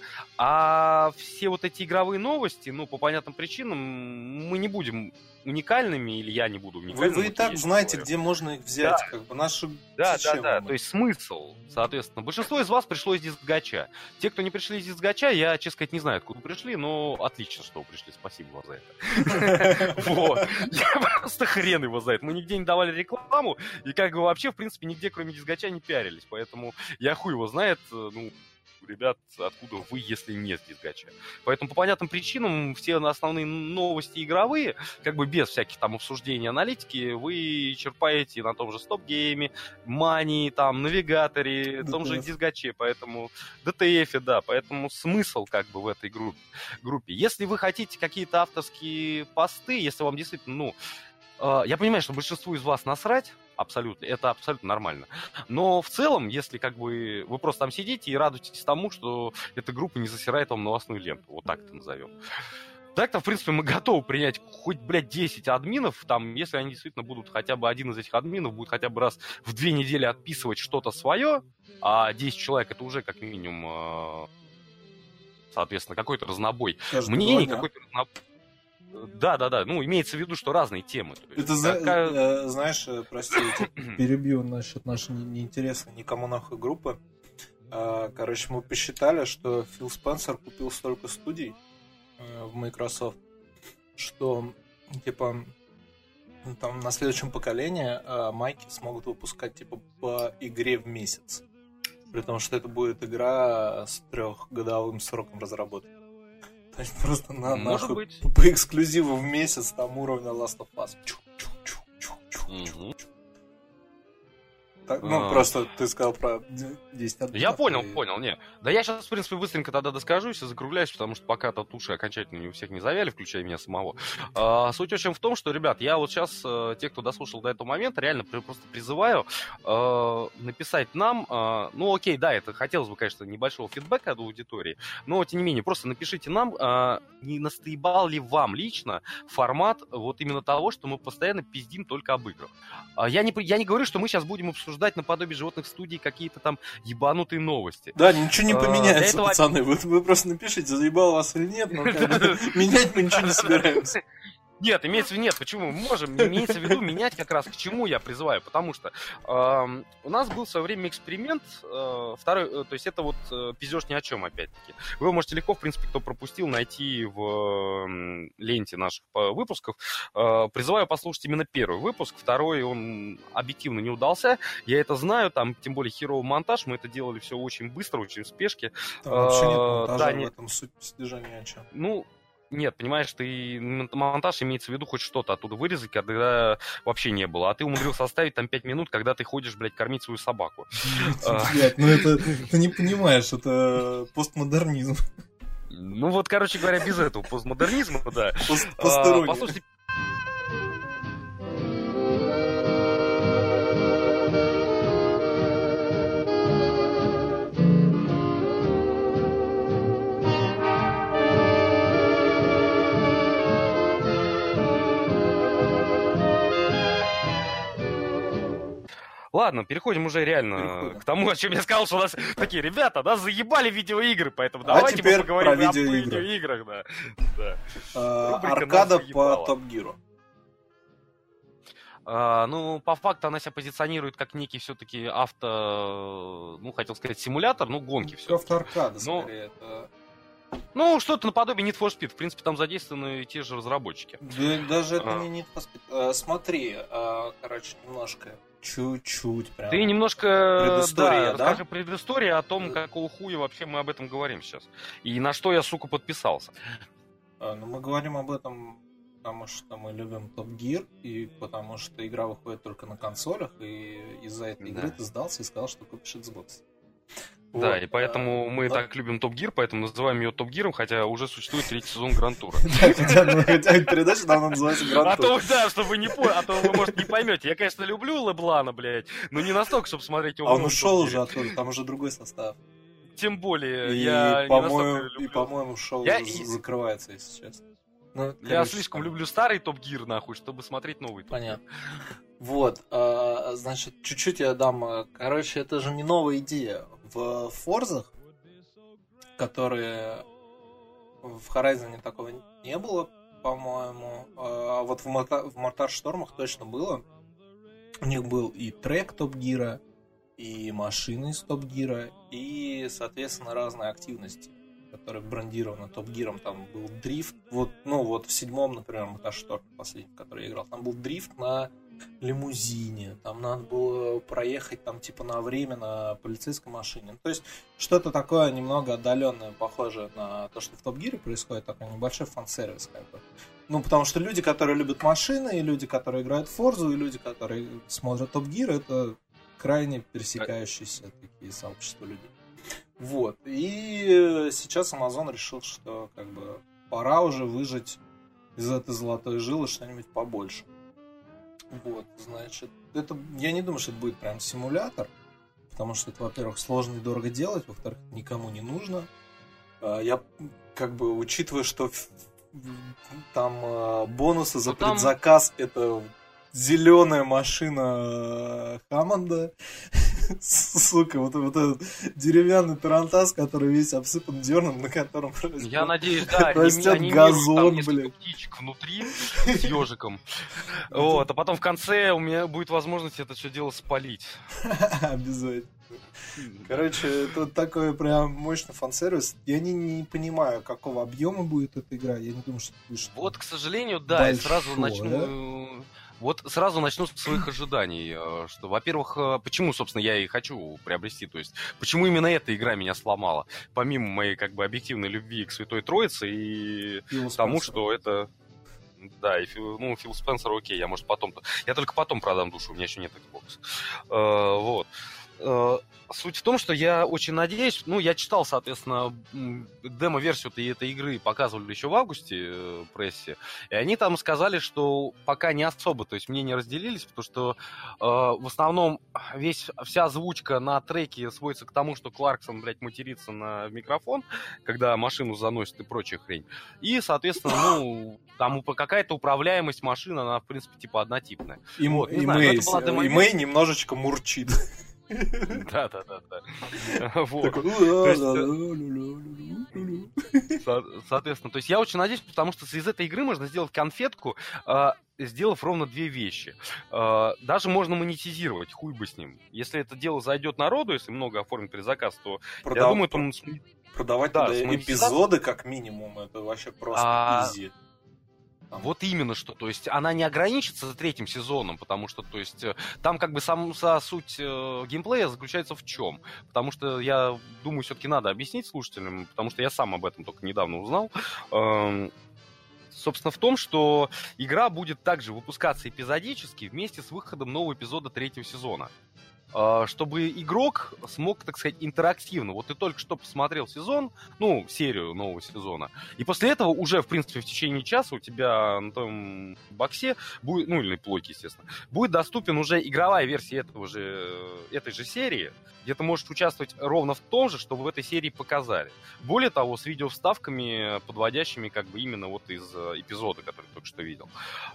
А все вот эти игровые новости, ну, по понятным причинам, мы не будем уникальными, или я не буду уникальным. Вы и так знаете, где можно их взять, да. как бы наши... Да. То есть смысл, соответственно. Большинство из вас пришло из диск-гача. Те, кто не пришли из диск-гача, я, честно сказать, не знаю, откуда пришли, но отлично, что вы пришли. Спасибо вам за это. Вот. Я просто хрен его знает. Мы нигде не давали рекламу, и как бы вообще, в принципе, нигде, кроме диск-гача, не пиарились. Поэтому я хуй его знает, ну... ребят, откуда вы, если нет диск-гача. Поэтому по понятным причинам все основные новости игровые, как бы без всяких там обсуждений, аналитики, вы черпаете на том же стоп-гейме, мании, там, навигаторе, том же диск-гаче, поэтому DTF, да, поэтому смысл как бы в этой группе. Если вы хотите какие-то авторские посты, если вам действительно, ну, я понимаю, что большинству из вас насрать, абсолютно, это абсолютно нормально. Но в целом, если как бы вы просто там сидите и радуетесь тому, что эта группа не засирает вам новостную ленту, вот так это назовем. Так-то, в принципе, мы готовы принять хоть, блядь, 10 админов, там, если они действительно будут, хотя бы один из этих админов будет хотя бы раз в 2 недели отписывать что-то свое, а 10 человек это уже как минимум, соответственно, какой-то разнобой мнений, какой-то разнобой. Да, ну, имеется в виду, что разные темы. Это, знаешь, прости, я перебью насчет нашей неинтересной никому нахуй группы. Короче, мы посчитали, что Фил Спенсер купил столько студий в Microsoft, что, типа, там на следующем поколении майки смогут выпускать, типа, по игре в месяц. При том, что это будет игра с 3-годовым сроком разработки. То есть просто нахуй по эксклюзиву в месяц там уровня Last of Us. Так, ну, просто ты сказал про 10 админов. Я понял, не. Да я сейчас, в принципе, быстренько тогда доскажусь и закругляюсь, потому что пока тут уши окончательно не у всех не завяли, включая меня самого. Суть очень в том, что, ребят, я вот сейчас, те, кто дослушал до этого момента, реально просто призываю написать нам, ну, окей, да, это хотелось бы, конечно, небольшого фидбэка от аудитории, но, тем не менее, просто напишите нам, не настоебал ли вам лично формат вот именно того, что мы постоянно пиздим только об играх. Я не говорю, что мы сейчас будем обсуждать наподобие животных студий какие-то там ебанутые новости. Да, ничего не поменяется, пацаны. Вы просто напишите, заебал вас или нет, но менять мы ничего не собираемся. Нет, почему? Мы можем, имеется в виду менять как раз, к чему я призываю, потому что у нас был в свое время эксперимент, второй, то есть это вот пиздеж ни о чем, опять-таки. Вы можете легко, в принципе, кто пропустил, найти в ленте наших выпусков. Призываю послушать именно первый выпуск, второй, он объективно не удался, я это знаю, там, тем более, херовый монтаж, мы это делали все очень быстро, очень в спешке. Там вообще нет монтажа, в этом суть содержания о чем. Ну, нет, понимаешь, ты монтаж имеется в виду хоть что-то оттуда вырезать, когда вообще не было. А ты умудрился оставить там 5 минут, когда ты ходишь, блядь, кормить свою собаку. Блядь, ну это ты не понимаешь, это постмодернизм. Ну вот, короче говоря, без этого постмодернизма, да. Послушайте. Ладно, переходим уже реально к тому, о чем я сказал, что у нас такие ребята, да, заебали видеоигры, поэтому давайте мы поговорим о видеоиграх. Да. Аркада по Топ Гиру. Ну, по факту она себя позиционирует как некий все-таки хотел сказать симулятор, ну, гонки все. Авто-аркада, скорее, это... Ну, что-то наподобие Need for Speed. В принципе, там задействованы те же разработчики. Да, даже это не Need for Speed. Смотри, короче, немножко... Чуть-чуть прям. Ты немножко расскажи предысторию о том, какого хуя вообще мы об этом говорим сейчас. И на что я, сука, подписался. Ну, мы говорим об этом, потому что мы любим Top Gear, и потому что игра выходит только на консолях, и из-за этой игры ты сдался и сказал, что купишь Xbox. Да, вот, и поэтому мы так любим Top Gear, поэтому называем ее Top Gear, хотя уже существует 3-й сезон Гранд-тура. Хотя передача давно называется Гранд-тур. А то, да, чтобы вы не поняли, а то вы, может, не поймете. Я, конечно, люблю Леблана, блядь, но не настолько, чтобы смотреть его. А он ушел уже оттуда, там уже другой состав. Тем более, я не настолько люблю. И, по-моему, шоу закрывается, если честно. Ну, я слишком люблю старый Top Gear, нахуй, чтобы смотреть новый Top Gear. Понятно. Вот, значит, чуть-чуть я дам. Короче, это же не новая идея. В Форзах, которые в Horizon такого не было, по-моему, а вот в Мортар-Штормах точно было. У них был и трек Top Gear, и машины из Top Gear, и, соответственно, разные активности, которые брендированы Top Gear. Там был дрифт. Вот, ну, вот в 7-м, например, Мортар-Шторм, последний, в который я играл, там был дрифт на лимузине, там надо было проехать там типа на время на полицейской машине. То есть что-то такое немного отдаленное, похожее на то, что в Top Gear происходит, такой небольшой фан-сервис как бы. Ну, потому что люди, которые любят машины, и люди, которые играют в Форзу, и люди, которые смотрят Top Gear, это крайне пересекающиеся такие сообщества людей. Вот. И сейчас Amazon решил, что как бы пора уже выжать из этой золотой жилы что-нибудь побольше. Вот, значит, это, я не думаю, что это будет прям симулятор, потому что это, во-первых, сложно и дорого делать, во-вторых, никому не нужно. Я, как бы, учитывая, что там бонусы за предзаказ, это зеленая машина Хаммонда, сука, вот этот деревянный тарантас, который весь обсыпан дерном, на котором я надеюсь, да, растет газон, блин. Птичек внутри с ежиком. Вот, а потом в конце у меня будет возможность это все дело спалить. Обязательно. Короче, это такой прям мощный фан-сервис. Я не понимаю, какого объема будет эта игра. Я не думаю, что это будет. Вот, к сожалению, да, и сразу начну. Вот сразу начну с своих ожиданий, что, во-первых, почему, собственно, я и хочу приобрести, то есть, почему именно эта игра меня сломала, помимо моей, как бы, объективной любви к Святой Троице и тому, что это... Да, и Фил Спенсер, окей, я, может, потом-то... Я только потом продам душу, у меня еще нет Xbox. Вот. Суть в том, что я очень надеюсь, я читал, соответственно, демо-версию этой игры показывали еще в августе прессе, и они там сказали, что пока не особо, то есть мнения разделились, потому что в основном вся озвучка на треке сводится к тому, что Кларксон, блядь, матерится на микрофон, когда машину заносит и прочая хрень. И, соответственно, там какая-то управляемость машины, она, в принципе, типа однотипная. И Мэй немножечко мурчит. Да. Вот. Соответственно, то есть я очень надеюсь, потому что из этой игры можно сделать конфетку, сделав ровно две вещи. Даже можно монетизировать, хуй бы с ним. Если это дело зайдет народу, если много оформит предзаказ, то я думаю, там... Продавать эпизоды как минимум, это вообще просто изи. Вот именно что, то есть она не ограничится 3-м сезоном, потому что, то есть, там как бы суть геймплея заключается в чем? Потому что я думаю, все-таки надо объяснить слушателям, потому что я сам об этом только недавно узнал. Собственно, в том, что игра будет также выпускаться эпизодически вместе с выходом нового эпизода 3-го сезона. Чтобы игрок смог, так сказать, интерактивно. Вот ты только что посмотрел сезон, серию нового сезона, и после этого уже, в принципе, в течение часа у тебя на том боксе будет, или на плойке, естественно, будет доступен уже игровая версия этой же серии, где ты можешь участвовать ровно в том же, что в этой серии показали. Более того, с видеовставками, подводящими как бы именно вот из эпизода, который ты только что видел.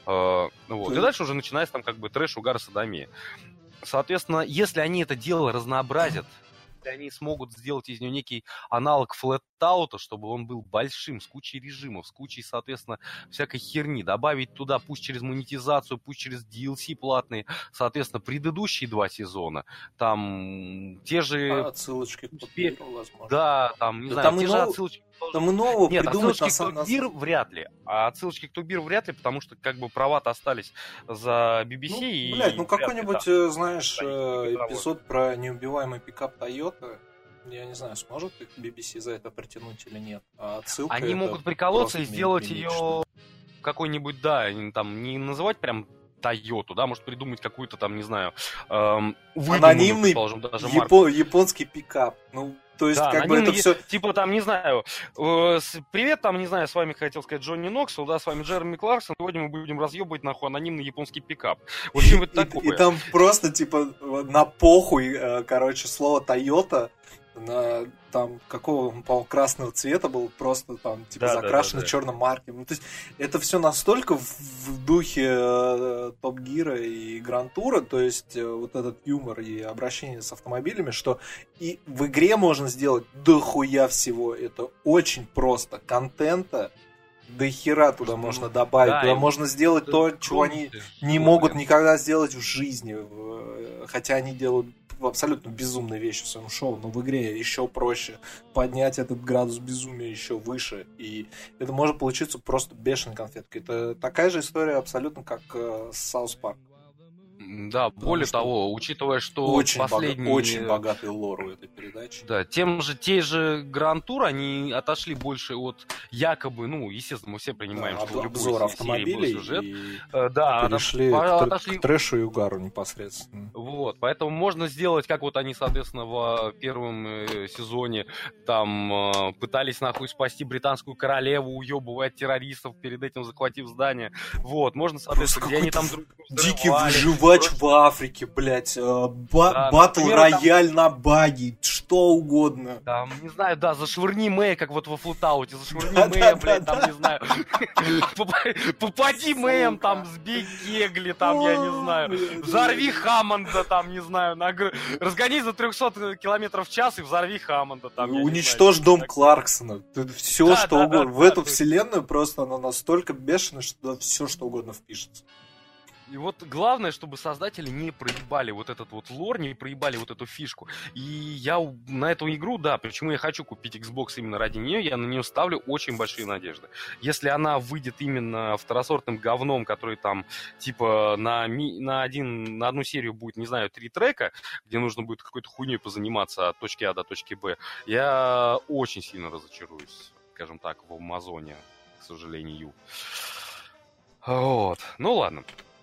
И дальше уже начинается там как бы трэш, угар, содомия. Соответственно, если они это дело разнообразят, если они смогут сделать из него некий аналог флэт-аута, чтобы он был большим, с кучей режимов, с кучей, соответственно, всякой херни, добавить туда, пусть через монетизацию, пусть через DLC платные, соответственно, предыдущие 2 сезона, там те же... Отсылочки к Top возможно. Да, там, не знаю, те же отсылочки... Там и нового Нет, придумать отсылочки к Top Gear вряд ли. А отсылочки к Top Gear вряд ли, потому что как бы права-то остались за BBC. Какой-нибудь, знаешь, эпизод про неубиваемый пикап Toyota. Я не знаю, сможет их BBC за это притянуть или нет. А отсылка они могут приколоться и сделать ее какой-нибудь, там, не называть прям Toyota, да, может придумать какую-то там, не знаю, анонимный даже японский пикап. То есть, как бы это все... Типа, там, не знаю, привет, там, не знаю, с вами хотел сказать Джонни Ноксвилл, да, с вами Джереми Кларксон, сегодня мы будем разъебывать, нахуй, анонимный японский пикап. В общем, это такое. И там просто, типа, на похуй, слово Toyota там какого, по-моему, красного цвета был, просто там типа закрашено черным маркером. То есть это все настолько в духе Топ Гира и Гран-тура, то есть вот этот юмор и обращение с автомобилями, что и в игре можно сделать дохуя всего. Это очень просто. Контента до хера туда можно добавить. Туда можно сделать то, чего они не могут никогда сделать в жизни. Хотя они делают абсолютно безумные вещи в своем шоу, но в игре еще проще поднять этот градус безумия еще выше, и это может получиться просто бешеной конфеткой. Это такая же история абсолютно, как с Саус Парк. Да, более того, учитывая, что очень последний... очень богатый лор у этой передачи. Да, те же Гран-тур, они отошли больше от якобы, ну, естественно, мы все понимаем, что в обзор автомобилей был сюжет. И да, перешли отошли к трэшу и угару непосредственно. Вот, поэтому можно сделать, как вот они, соответственно, в первом сезоне там пытались нахуй спасти британскую королеву, уебывая террористов, перед этим захватив здание. Вот, можно, соответственно, где они там друг друга дикий выживач в Африке, блять, батл рояль на баги, что угодно. Там, не знаю, да, зашвырни Мэй, как вот во Флутауте, зашвырни Мэя, блядь, там, не знаю, попади Мэем, там, сбей Кегли, там, я не знаю, взорви Хаммонда, там, не знаю, разгонись за 300 километров в час и взорви Хаммонда, там, уничтожь дом Кларксона, все что угодно. В эту вселенную просто она настолько бешеная, что все что угодно впишется. И вот главное, чтобы создатели не проебали вот этот вот лор, не проебали вот эту фишку. И я на эту игру, да, почему я хочу купить Xbox именно ради нее, я на нее ставлю очень большие надежды. Если она выйдет именно второсортным говном, который там, типа, на одну серию будет, не знаю, 3 трека, где нужно будет какой-то хуйней позаниматься от точки А до точки Б, я очень сильно разочаруюсь, скажем так, в Амазоне, к сожалению. Вот. Ну ладно.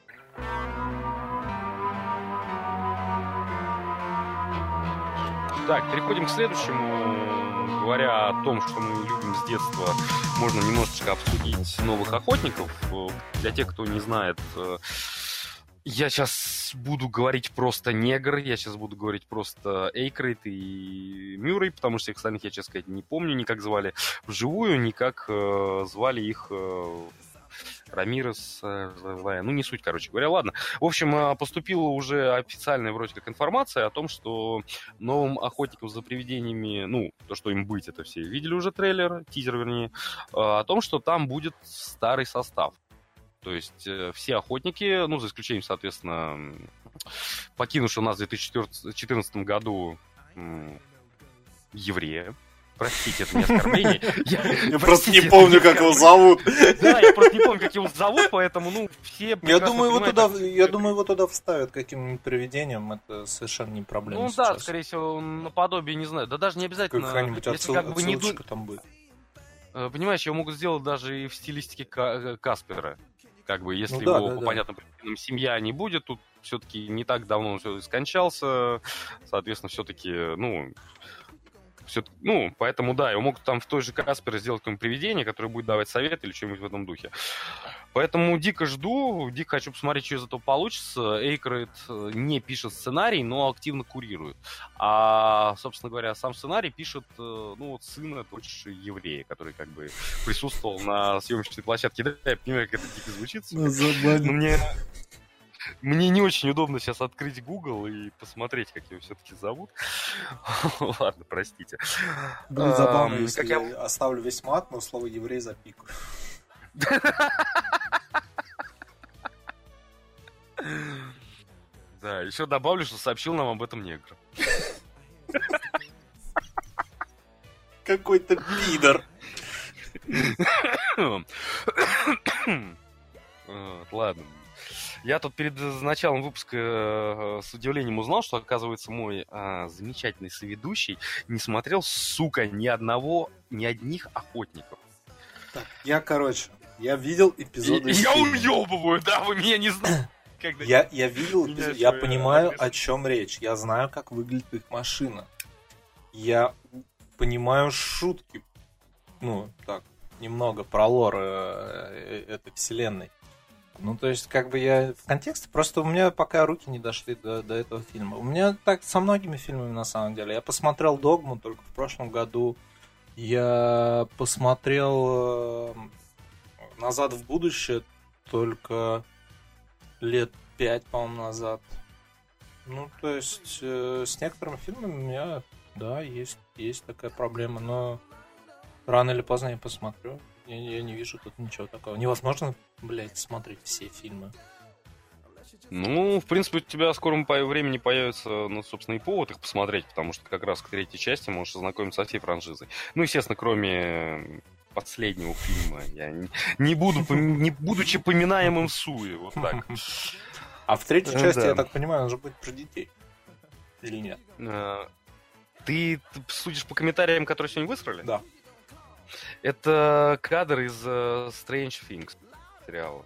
Так, переходим к следующему. Говоря о том, что мы любим с детства, можно немножечко обсудить новых охотников. Для тех, кто не знает, я сейчас буду говорить просто негр, я сейчас буду говорить просто Эйкрейд и Мюррей, потому что всех остальных я, честно сказать, не помню, ни как звали вживую, ни как звали их... Рамирес, ну не суть, короче говоря, ладно. В общем, поступила уже официальная вроде как информация о том, что новым охотникам за привидениями, ну, то, что им быть, это все видели уже трейлер, тизер вернее, о том, что там будет старый состав. То есть все охотники, ну, за исключением, соответственно, покинувшего нас в 2014 году еврея. Простите, это не оскорбление. Я просто не помню, как его зовут. Да, я просто не помню, как его зовут, поэтому, ну, все... Я думаю, его туда вставят каким-нибудь привидением, это совершенно не проблема. Ну да, скорее всего, наподобие, не знаю, да даже не обязательно... Какая-нибудь отсылочка там будет. Понимаешь, его могут сделать даже и в стилистике Каспера. Как бы, если его, по понятным причинам, семья не будет, тут все-таки не так давно он все скончался, соответственно, все-таки, ну... Ну, поэтому, да, его могут там в той же Каспере сделать какое-нибудь привидение, которое будет давать совет или что-нибудь в этом духе. Поэтому дико жду, дико хочу посмотреть, что из этого получится. Эйкрейд не пишет сценарий, но активно курирует. А, собственно говоря, сам сценарий пишет, ну, вот сына точно еврея, который как бы присутствовал на съемочной площадке. Да, я понимаю, как это дико звучит. Но мне не очень удобно сейчас открыть Google и посмотреть, как его все-таки зовут. Ладно, простите. Будет забавно, если я оставлю весь мат, но слово еврей запикаю. Да, еще добавлю, что сообщил нам об этом негр. Какой-то пидор. Ладно. Я тут перед началом выпуска с удивлением узнал, что, оказывается, мой замечательный соведущий не смотрел, сука, ни одних охотников. Так, я видел эпизоды из фильма. Я уебываю, да, вы меня не знаете. Я видел эпизоды, я понимаю, о чем речь. Я знаю, как выглядит их машина. Я понимаю шутки, ну, так, немного про лор этой вселенной. Ну, то есть, как бы я в контексте, просто у меня пока руки не дошли до этого фильма. У меня так со многими фильмами, на самом деле. Я посмотрел «Догму» только в прошлом году. Я посмотрел «Назад в будущее» только лет 5, по-моему, назад. Ну, то есть, с некоторыми фильмами у меня, да, есть такая проблема, но рано или поздно я посмотрю. Я не вижу тут ничего такого. Невозможно, блядь, смотреть все фильмы. Ну, в принципе, у тебя в скором времени появится, ну, собственно, и повод их посмотреть, потому что как раз к третьей части можешь ознакомиться со всей франшизой. Ну, естественно, кроме последнего фильма, я не будучи поминаемым Суи, вот так. А в третьей части, я так понимаю, он же будет про детей. Или нет? Ты судишь по комментариям, которые сегодня высрали? Да. Это кадр из Strange Things сериала.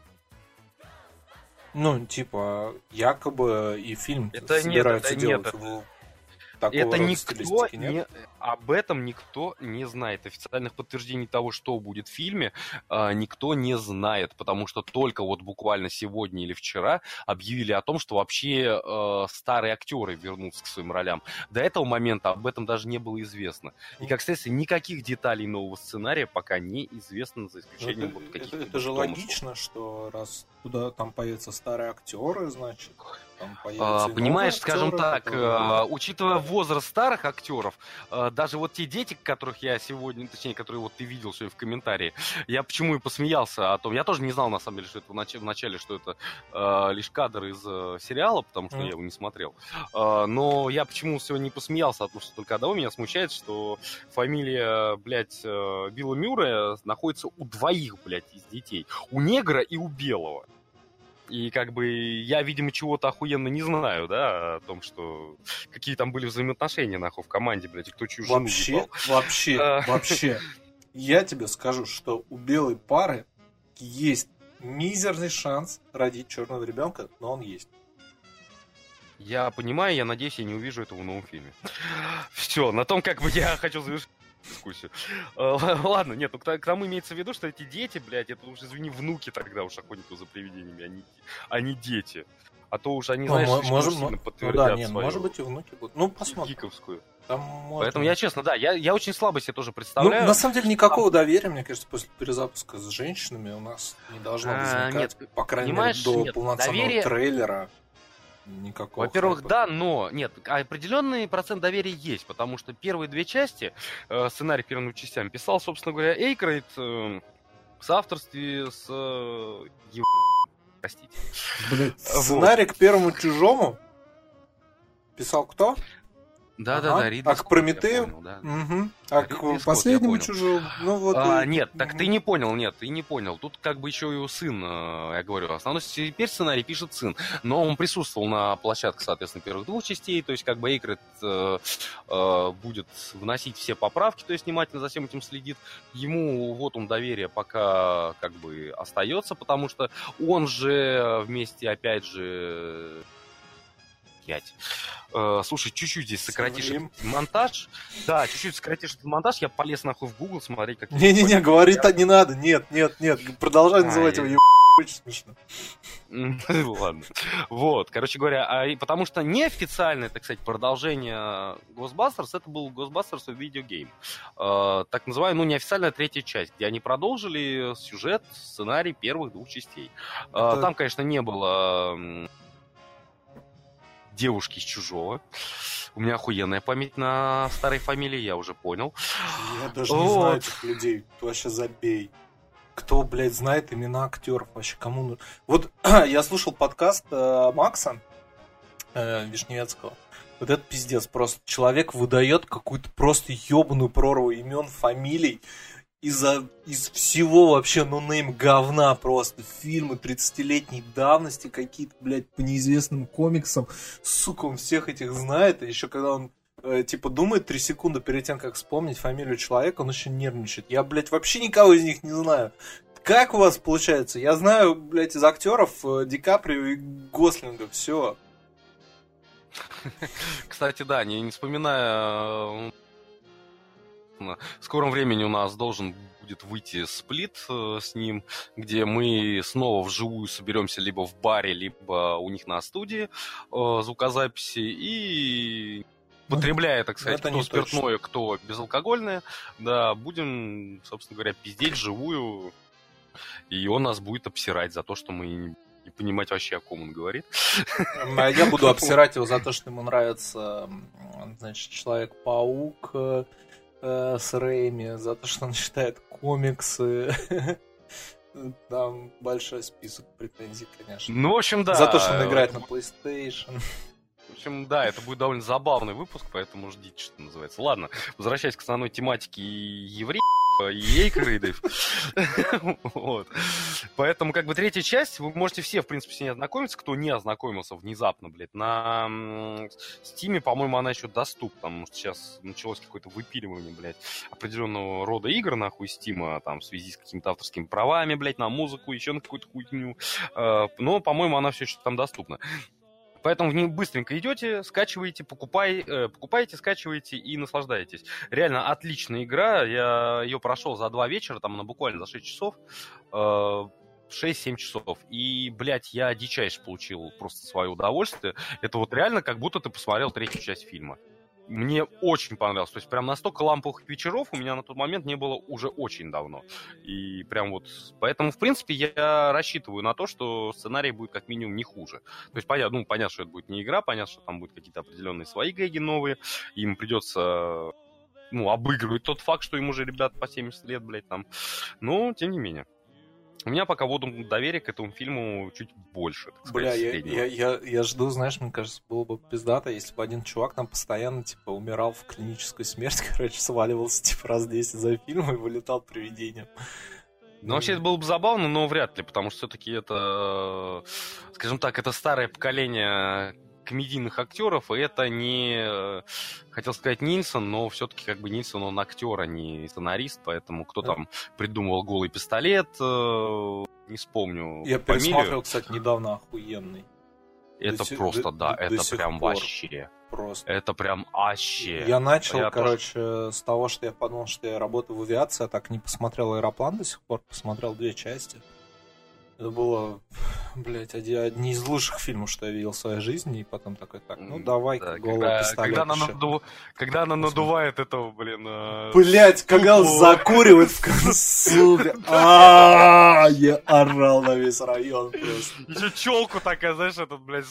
Ну, типа, якобы и фильм это собираются делать это никто об этом никто не знает. Официальных подтверждений того, что будет в фильме, никто не знает, потому что только вот буквально сегодня или вчера объявили о том, что вообще старые актеры вернутся к своим ролям. До этого момента об этом даже не было известно. И, как следствие, никаких деталей нового сценария пока не известно, за исключением вот каких-то. Это же логично, что раз туда там появятся старые актеры, значит, там появятся понимаешь, скажем актеры, так, которые... учитывая возраст старых актеров, даже вот те дети, которых я сегодня, точнее, которые вот ты видел сегодня в комментарии, я почему и посмеялся о том, я тоже не знал на самом деле, что это в начале, что это лишь кадр из сериала, потому что я его не смотрел, но я почему сегодня не посмеялся, потому что только одного меня смущает, что фамилия, блядь, Билла Мюррея находится у двоих, блядь, из детей, у негра и у белого. И как бы я, видимо, чего-то охуенно не знаю, да, о том, что какие там были взаимоотношения, нахуй, в команде, блядь, и кто чью жену ебал. Вообще, я тебе скажу, что у белой пары есть мизерный шанс родить черного ребенка, но он есть. Я понимаю, я надеюсь, я не увижу этого в новом фильме. Все, на том, как бы я хочу завершить дискуссию. Ладно, нет, ну к тому имеется в виду, что эти дети, блядь, это уж, извини, внуки тогда уж охотятся за привидениями, а не дети. А то уж они, знаешь, сильно подтвердят свою... может быть и внуки будут. Ну, посмотрим. Гиковскую. Можно... Поэтому я честно, да, я очень слабо себе тоже представляю. Ну, на самом деле, никакого доверия, мне кажется, после перезапуска с женщинами у нас не должно возникать, нет, по крайней мере, до полноценного трейлера. Никакого. Во-первых, хайпа. да, но нет, определенный процент доверия есть, потому что первые две части, сценарий первым частям писал, собственно говоря, Эйкрейд в соавторстве с... Простите. Блин, сценарий к первому «Чужому» писал кто? Да, Ридли а к «Прометею»? Понял, да. Угу. А к последнему «Чужому»? Ну, вот нет, так ты не понял. Тут как бы еще его сын, я говорю, основной теперь сценарий пишет сын, но он присутствовал на площадке, соответственно, первых двух частей, то есть как бы Эйкрейд будет вносить все поправки, то есть внимательно за всем этим следит. Ему вот он доверие пока как бы остается, потому что он же вместе, опять же... Слушай, чуть-чуть здесь сократишь монтаж. Да, чуть-чуть сократишь этот монтаж, я полез нахуй в Google смотреть, как... Не-не-не, говорить так не надо, нет, продолжай называть его очень смешно. Ладно. Вот, короче говоря, потому что неофициальное, так сказать, продолжение Ghostbusters, это был Ghostbusters Video Game. Так называемая, неофициальная третья часть, где они продолжили сюжет, сценарий первых двух частей. Там, конечно, не было... девушки из «Чужого». У меня охуенная память на старой фамилии, я уже понял. Я даже не знаю этих людей. Ты вообще забей. Кто, блядь, знает имена актеров? Вообще кому... Вот я слушал подкаст Макса Вишневецкого. Вот это пиздец. Просто человек выдает какую-то просто ебаную прорву имен, фамилий. Из всего вообще нонейм говна просто. Фильмы 30-летней давности какие-то, блядь, по неизвестным комиксам. Сука, он всех этих знает. И еще когда он, типа, думает 3 секунды перед тем, как вспомнить фамилию человека, он еще нервничает. Я, блядь, вообще никого из них не знаю. Как у вас получается? Я знаю, блядь, из актеров Ди Каприо и Гослинга. Все. Кстати, да, не вспоминая... В скором времени у нас должен будет выйти сплит с ним, где мы снова вживую соберемся либо в баре, либо у них на студии звукозаписи и... Потребляя, так сказать, кто спиртное, кто безалкогольное, да, будем, собственно говоря, пиздеть живую, и он нас будет обсирать за то, что мы не понимать вообще, о ком он говорит. А я буду обсирать его за то, что ему нравится, значит, Человек-паук с Рэйми, за то, что он читает комиксы. Там большой список претензий, конечно. Ну, в общем, да. За то, что он играет на PlayStation. В общем, да, это будет довольно забавный выпуск, поэтому ждите, что называется. Ладно, возвращаясь к основной тематике евреев и эйкрейдов. Вот. Поэтому, как бы, третья часть, вы можете все, в принципе, с ней ознакомиться, кто не ознакомился внезапно, блядь. На Стиме, по-моему, она еще доступна, потому что сейчас началось какое-то выпиливание, блядь, определенного рода игр, нахуй, Стима, там, в связи с какими-то авторскими правами, блядь, на музыку, еще на какую-то хуйню. Но, по-моему, она все еще там доступна. Поэтому в ней быстренько идете, скачиваете, покупаете, скачиваете и наслаждаетесь. Реально отличная игра. Я ее прошел за 2 вечера, там она буквально за 6 часов. 6-7 часов. И, блядь, я дичайше получил просто свое удовольствие. Это вот реально как будто ты посмотрел третью часть фильма. Мне очень понравилось. То есть прям настолько ламповых вечеров у меня на тот момент не было уже очень давно. И прям вот... Поэтому, в принципе, я рассчитываю на то, что сценарий будет как минимум не хуже. То есть понятно, что это будет не игра, понятно, что там будут какие-то определенные свои гэги новые. Им придется, обыгрывать тот факт, что им уже ребят по 70 лет, блядь, там. Но, тем не менее. У меня пока воду доверия к этому фильму чуть больше, так сказать, среднего. Я жду, знаешь, мне кажется, было бы пиздато, если бы один чувак там постоянно, типа, умирал в клиническую смерть, короче, сваливался, типа, раз 10 за фильм и вылетал привидением. Ну, вообще, это было бы забавно, но вряд ли, потому что все-таки это, скажем так, это старое поколение комедийных актеров, и это не, хотел сказать, Нильсон, но все-таки как бы Нильсон, он актер, а не сценарист, поэтому кто там придумывал «Голый пистолет», не вспомню Я пересматривал, кстати, недавно, охуенный. Это это прям вообще. Просто. Это прям вообще. Я начал, с того, что я подумал, что я работаю в авиации, я так не посмотрел «Аэроплан» до сих пор, посмотрел 2 части. Это было, блядь, одни из лучших фильмов, что я видел в своей жизни, и потом такой, давай-ка, «Голый пистолет». Когда она надувает этого, блин... Блядь, когда он закуривает в концу, я орал на весь район просто. Еще челку такая, знаешь, этот, блядь,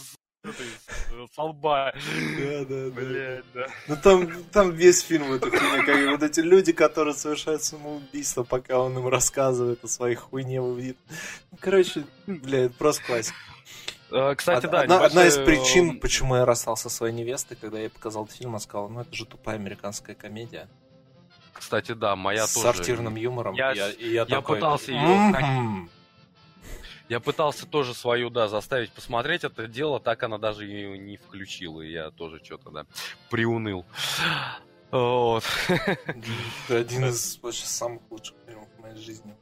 с лба. Да. Блядь, да. Ну там весь фильм в этой хуйне, как вот эти люди, которые совершают самоубийство, пока он им рассказывает о своих хуйневых видах. Короче, блядь, просто классика. Кстати, да. Одна из причин, почему я расстался со своей невестой, когда я ей показал этот фильм, она сказала, это же тупая американская комедия. Кстати, да, моя с тоже. С сортирным юмором. Я пытался ее... Я пытался тоже свою, заставить посмотреть это дело, так она даже и не включила, и я тоже что-то, приуныл. Вот. Это один из вообще самых лучших фильмов в моей жизни.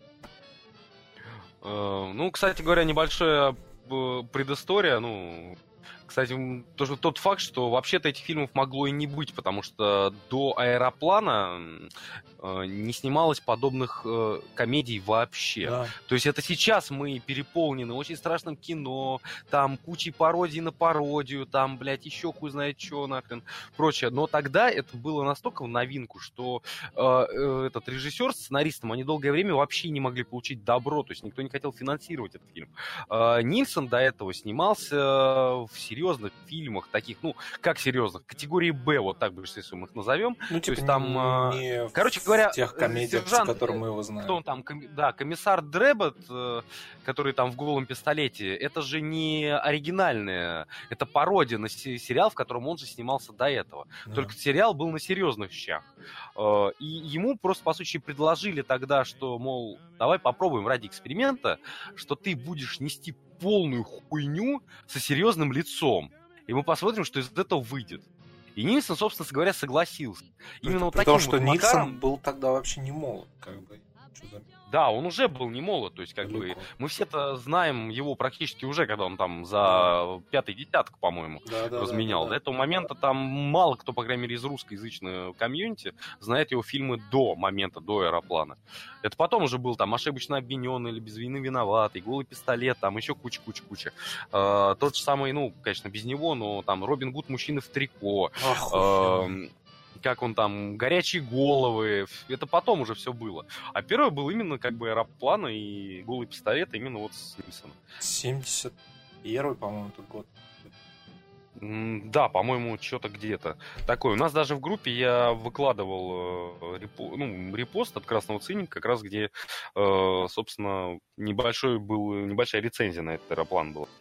Кстати говоря, небольшая предыстория, кстати, тоже тот факт, что вообще-то этих фильмов могло и не быть, потому что до «Аэроплана» не снималось подобных комедий вообще. Да. То есть это сейчас мы переполнены очень страшным кино, там кучей пародий на пародию, там, блядь, еще хуй знает что нахрен, прочее. Но тогда это было настолько в новинку, что этот режиссер с сценаристом, они долгое время вообще не могли получить добро, то есть никто не хотел финансировать этот фильм. Нильсон до этого снимался в серьезных фильмах, таких, как серьезных, категории «Б», вот так бы, если мы их назовем. То есть там, короче говоря, в тех комедиях, с которыми мы его знаем. Кто он там, комиссар Дрэббот, который там в «Голом пистолете», это же не оригинальное, это пародия на сериал, в котором он же снимался до этого. Да. Только сериал был на серьезных вещах. И ему просто, по сути, предложили тогда, что, мол, давай попробуем ради эксперимента, что ты будешь нести полную хуйню со серьезным лицом. И мы посмотрим, что из этого выйдет. И Нильсон, собственно говоря, согласился. Именно При том, что Нильсон был тогда вообще не молод, как бы. Да, он уже был не молод, то есть как бы мы все-то знаем его практически уже, когда он там за 5-й десяток, по-моему, разменял. До этого момента там мало кто, по крайней мере, из русскоязычного комьюнити знает его фильмы до момента, до «Аэроплана». Это потом уже был там «Ошибочно обвиненный» или «Без вины виноватый», «Голый пистолет», там еще куча-куча-куча. Тот же самый, ну, конечно, без него, но там «Робин Гуд. Мужчины в трико». Как он там, «Горячие головы», это потом уже все было. А первый был именно как бы «Аэроплан» и «Голый пистолет» именно вот с Нимсоном. 71-й, по-моему, этот год. Да, по-моему, что-то где-то такое. У нас даже в группе я выкладывал репост от «Красного циника», как раз где, собственно, небольшая рецензия на этот «Аэроплан» была.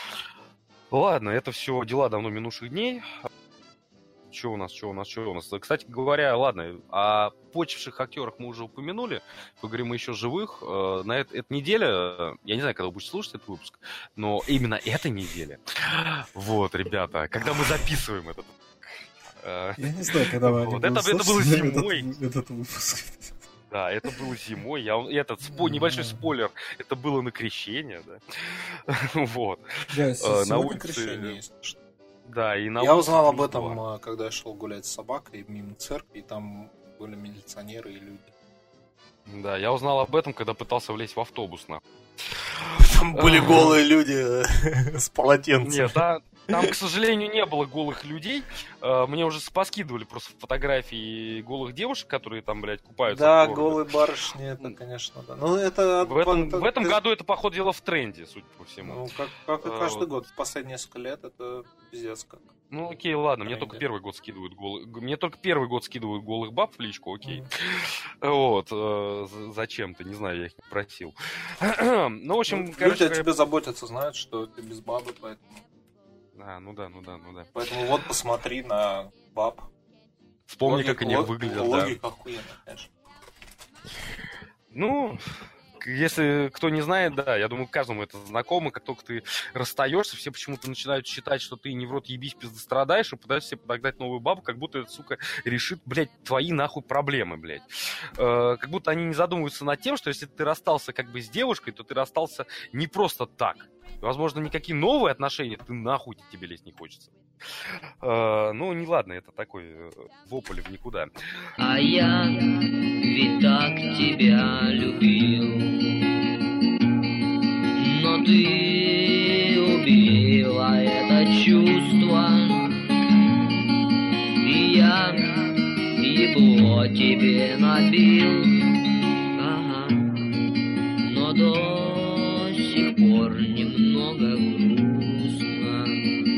Ладно, это все дела давно минувших дней. Что у нас? Кстати говоря, ладно, о почивших актерах мы уже упомянули, поговорим еще живых. На эта неделя, я не знаю, когда вы будете слушать этот выпуск, но именно эта неделя, вот, ребята, когда мы записываем этот... Я не знаю, когда вы это было зимой. Этот выпуск. Да, это было зимой. Небольшой спойлер, это было на Крещение, да. Вот. На улице... есть что. Да, и я узнал об этом, когда я шел гулять с собакой мимо церкви, и там были милиционеры и люди. Да, я узнал об этом, когда пытался влезть в автобус, нахуй. Там были голые люди с полотенцем. Нет, там, к сожалению, не было голых людей. Мне уже поскидывали просто фотографии голых девушек, которые там, блядь, купаются. Да, голые барышни, это, конечно, да. Но это... В этом году это, походу, дело в тренде, судя по всему. Ну, как и каждый год. В последние несколько лет это пиздец как. Ну, окей, ладно, мне только первый год скидывают голых баб в личку, окей. Вот, зачем-то, не знаю, я их не просил. Ну, в общем, люди о тебе заботятся, знают, что ты без бабы, поэтому... Ну да. Поэтому вот посмотри на баб. Вспомни, как они выглядят, логика охуенная, конечно. Ну, если кто не знает, да, я думаю, каждому это знакомо. Как только ты расстаешься, все почему-то начинают считать, что ты не в рот ебись, пиздострадаешь, и пытаешься себе подогнать новую бабу, как будто это, сука, решит, блядь, твои нахуй проблемы, блядь. Как будто они не задумываются над тем, что если ты расстался как бы с девушкой, то ты расстался не просто так. Возможно, никакие новые отношения ты нахуй тебе лезть не хочется. Ну, не ладно, это такой вопль в никуда. А я ведь так тебя любил, но ты убила это чувство, и я ебло тебе набил, но до сих пор немного грустно.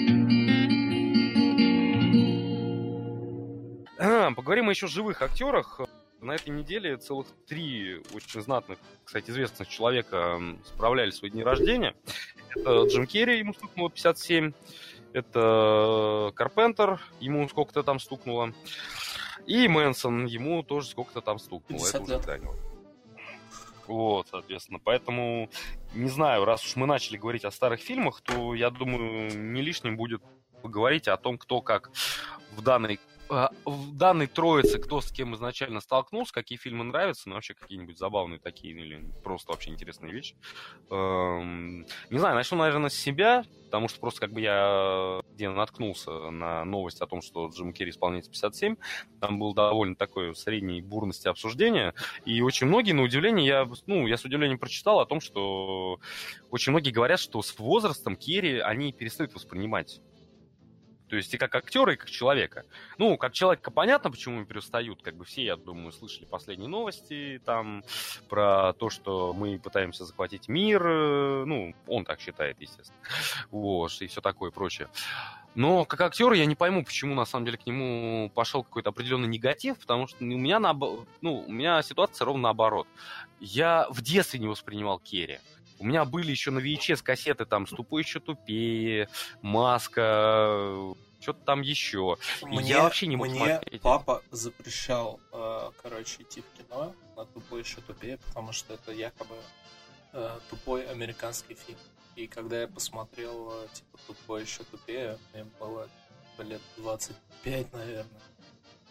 Поговорим еще о живых актерах. На этой неделе целых 3 очень знатных, кстати, известных человека справляли свои дни рождения. Это Джим Керри, ему стукнуло 57. Это Карпентер, ему сколько-то там стукнуло. И Мэнсон, ему тоже сколько-то там стукнуло. Это уже Данил. Вот, соответственно. Поэтому, не знаю, раз уж мы начали говорить о старых фильмах, то, я думаю, не лишним будет поговорить о том, кто как в данной троице, кто с кем изначально столкнулся, какие фильмы нравятся, ну, вообще какие-нибудь забавные такие или просто вообще интересные вещи. Не знаю, начну, наверное, с себя, потому что просто как бы я где наткнулся на новость о том, что Джим Керри исполняется 57, там был довольно такой средней бурности обсуждения, и очень многие, на удивление, я с удивлением прочитал о том, что очень многие говорят, что с возрастом Керри они перестают воспринимать. То есть и как актера, и как человека. Ну, как человека понятно, почему перестают. Как бы все, я думаю, слышали последние новости там про то, что мы пытаемся захватить мир. Ну, он так считает, естественно. Вот, и все такое прочее. Но как актер я не пойму, почему на самом деле к нему пошел какой-то определенный негатив, потому что у меня ситуация ровно наоборот. Я в детстве не воспринимал Керри. У меня были еще на VHS кассеты там «С тупой еще тупее», «Маска», что-то там еще. Я вообще не мог смотреть. Мне папа запрещал, идти в кино на «Тупой еще тупее», потому что это якобы тупой американский фильм. И когда я посмотрел «Тупой еще тупее», мне было лет 25, наверное.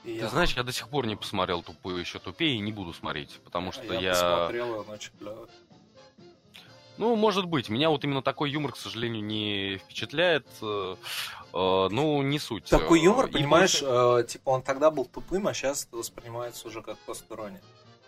Ты знаешь, я до сих пор не посмотрел «Тупой еще тупее» и не буду смотреть, потому что я... посмотрел, и он очень клёвый. Ну, может быть. Меня вот именно такой юмор, к сожалению, не впечатляет. Ну, не суть. Такой юмор, понимаешь, типа он тогда был тупым, а сейчас это воспринимается уже как посторонне.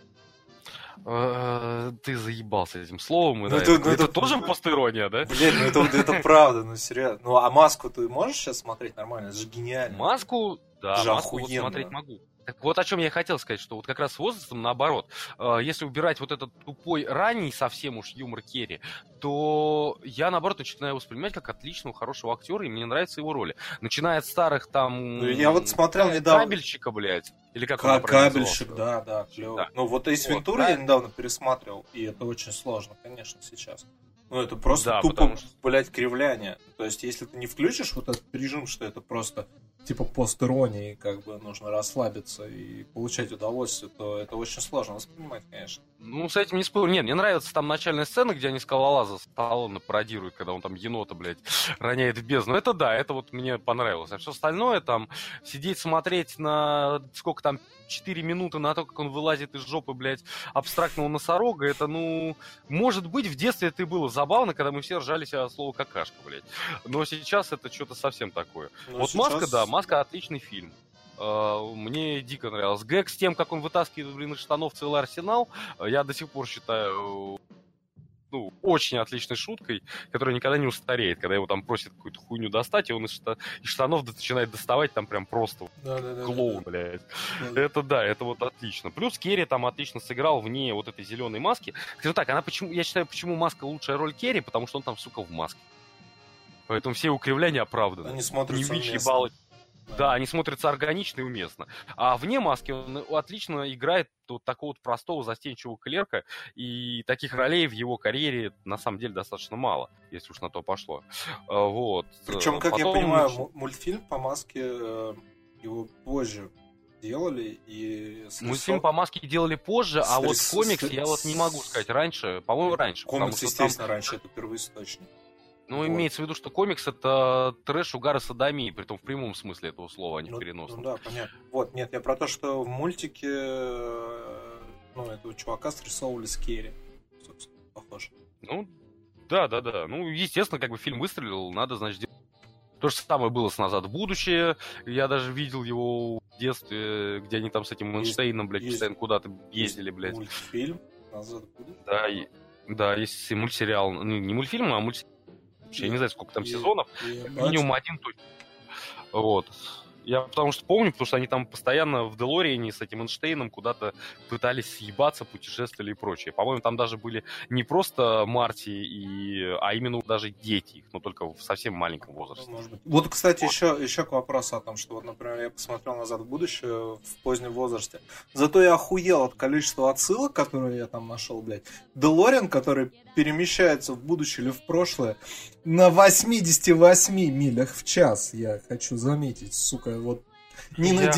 Ты заебался этим словом. Ну, это тоже посторонняя, да? Блин, ну это правда, ну серьезно. Ну, а «Маску» ты можешь сейчас смотреть нормально? Это же гениально. «Маску», да, же «Маску» вот смотреть могу. Так вот о чем я и хотел сказать, что вот как раз с возрастом наоборот. Если убирать вот этот тупой ранний совсем уж юмор Керри, то я наоборот начинаю воспринимать как отличного, хорошего актера, и мне нравятся его роли. Начиная от старых там... Ну, я вот смотрел недавно... Кабельщика, блядь. Или как он Кабельщик, да, клево. Да. Ну вот «Эйс Вентура» я недавно пересматривал, и это очень сложно, конечно, сейчас. Ну это просто тупо, блядь, кривляние. То есть если ты не включишь вот этот режим, что это просто типа пост-иронии, как бы нужно расслабиться и получать удовольствие, то это очень сложно воспринимать, конечно. Ну, с этим не спорю. Нет, мне нравится там начальная сцена, где они скалолаза Сталлоне пародируют, когда он там енота, блядь, роняет в бездну. Это да, это вот мне понравилось. А все остальное там, сидеть, смотреть на сколько там, 4 минуты на то, как он вылазит из жопы, блядь, абстрактного носорога, это, ну, может быть, в детстве это и было забавно, когда мы все ржались о слове какашка, блядь. Но сейчас это что-то совсем такое. Ну, вот сейчас... «Маска», да, «Маска» отличный фильм. Мне дико нравилось. Гэг с тем, как он вытаскивает, блин, из штанов целый арсенал, я до сих пор считаю, ну, очень отличной шуткой, которая никогда не устареет, когда его там просят какую-то хуйню достать, и он из штанов начинает доставать там прям просто клоун, блядь. Это да, это вот отлично. Плюс Керри там отлично сыграл вне вот этой зеленой маски. Скажу так, она почему, я считаю, почему «Маска» лучшая роль Керри, потому что он там, сука, в маске. Поэтому все укривления оправданы. Они смотрятся уместно. Да, они смотрятся органично и уместно. А вне маски он отлично играет вот такого вот простого застенчивого клерка, и таких ролей в его карьере на самом деле достаточно мало, если уж на то пошло. Вот. Причем, как потом... я понимаю, мультфильм по «Маске» его позже делали, и... Мультфильм по «Маске» делали позже, а вот комикс я вот не могу сказать раньше, по-моему, раньше. Комикс, естественно, там... раньше, это первоисточник. Ну, вот. Имеется в виду, что комикс — это трэш, угар и содомия, притом в прямом смысле этого слова, а не в переносном. Ну да, понятно. Вот, нет, я про то, что в мультике, ну, этого чувака срисовывали с Керри, собственно, похоже. Ну, да. Ну, естественно, как бы фильм выстрелил, надо, значит, делать. То же самое было с «Назад в будущее». Я даже видел его в детстве, где они там с этим Эйнштейном, блядь, постоянно куда-то ездили, блядь. Мультфильм «Назад в будущее»? Да, есть мультсериал. Ну, не мультфильм, а мультсериал. Я не знаю, сколько там сезонов. Минимум один точно. Вот. Я потому что помню, потому что они там постоянно в Делориане с этим Эйнштейном куда-то пытались съебаться, путешествовали и прочее. По-моему, там даже были не просто Марти, а именно даже дети их, но только в совсем маленьком возрасте. Может быть. Вот, кстати, еще к вопросу о том, что, вот, например, я посмотрел «Назад в будущее» в позднем возрасте. Зато я охуел от количества отсылок, которые я там нашел, блядь. Делориан, который перемещается в будущее или в прошлое на 88 милях в час, я хочу заметить, сука, вот не на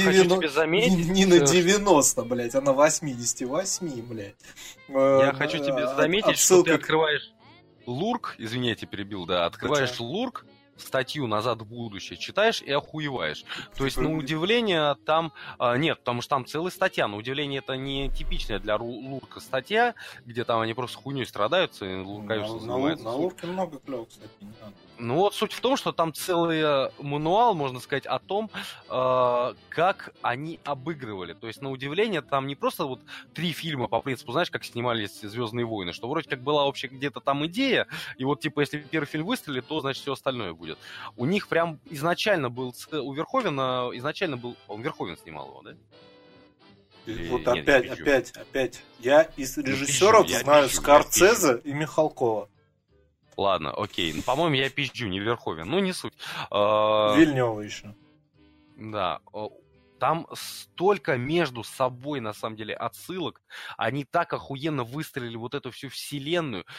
90, блядь, а на 88, блядь. Я хочу тебе заметить, что ты открываешь Лурк, извини, я тебя перебил, да, открываешь Лурк, статью «Назад в будущее», читаешь и охуеваешь. То есть, на удивление, там... Нет, потому что там целая статья. На удивление, это не типичная для Лурка статья, где там они просто хуйней страдаются и луркаются. На Лурке много клёво, кстати, не надо. Ну вот суть в том, что там целый мануал, можно сказать, о том, как они обыгрывали. То есть, на удивление, там не просто вот 3 фильма по принципу, знаешь, как снимались «Звездные войны», что вроде как была вообще где-то там идея, и вот типа если первый фильм выстрелит, то значит все остальное будет. У них прям изначально был, у Верховена, он Верховен снимал его, да? Вот опять. Я из режиссеров знаю Скорсезе и Михалкова. Ладно, окей. Ну, по-моему, я пизжу, не Верховен. Ну, не суть. Вильнёва еще. Да. Там столько между собой, на самом деле, отсылок. Они так охуенно выстроили вот эту всю вселенную.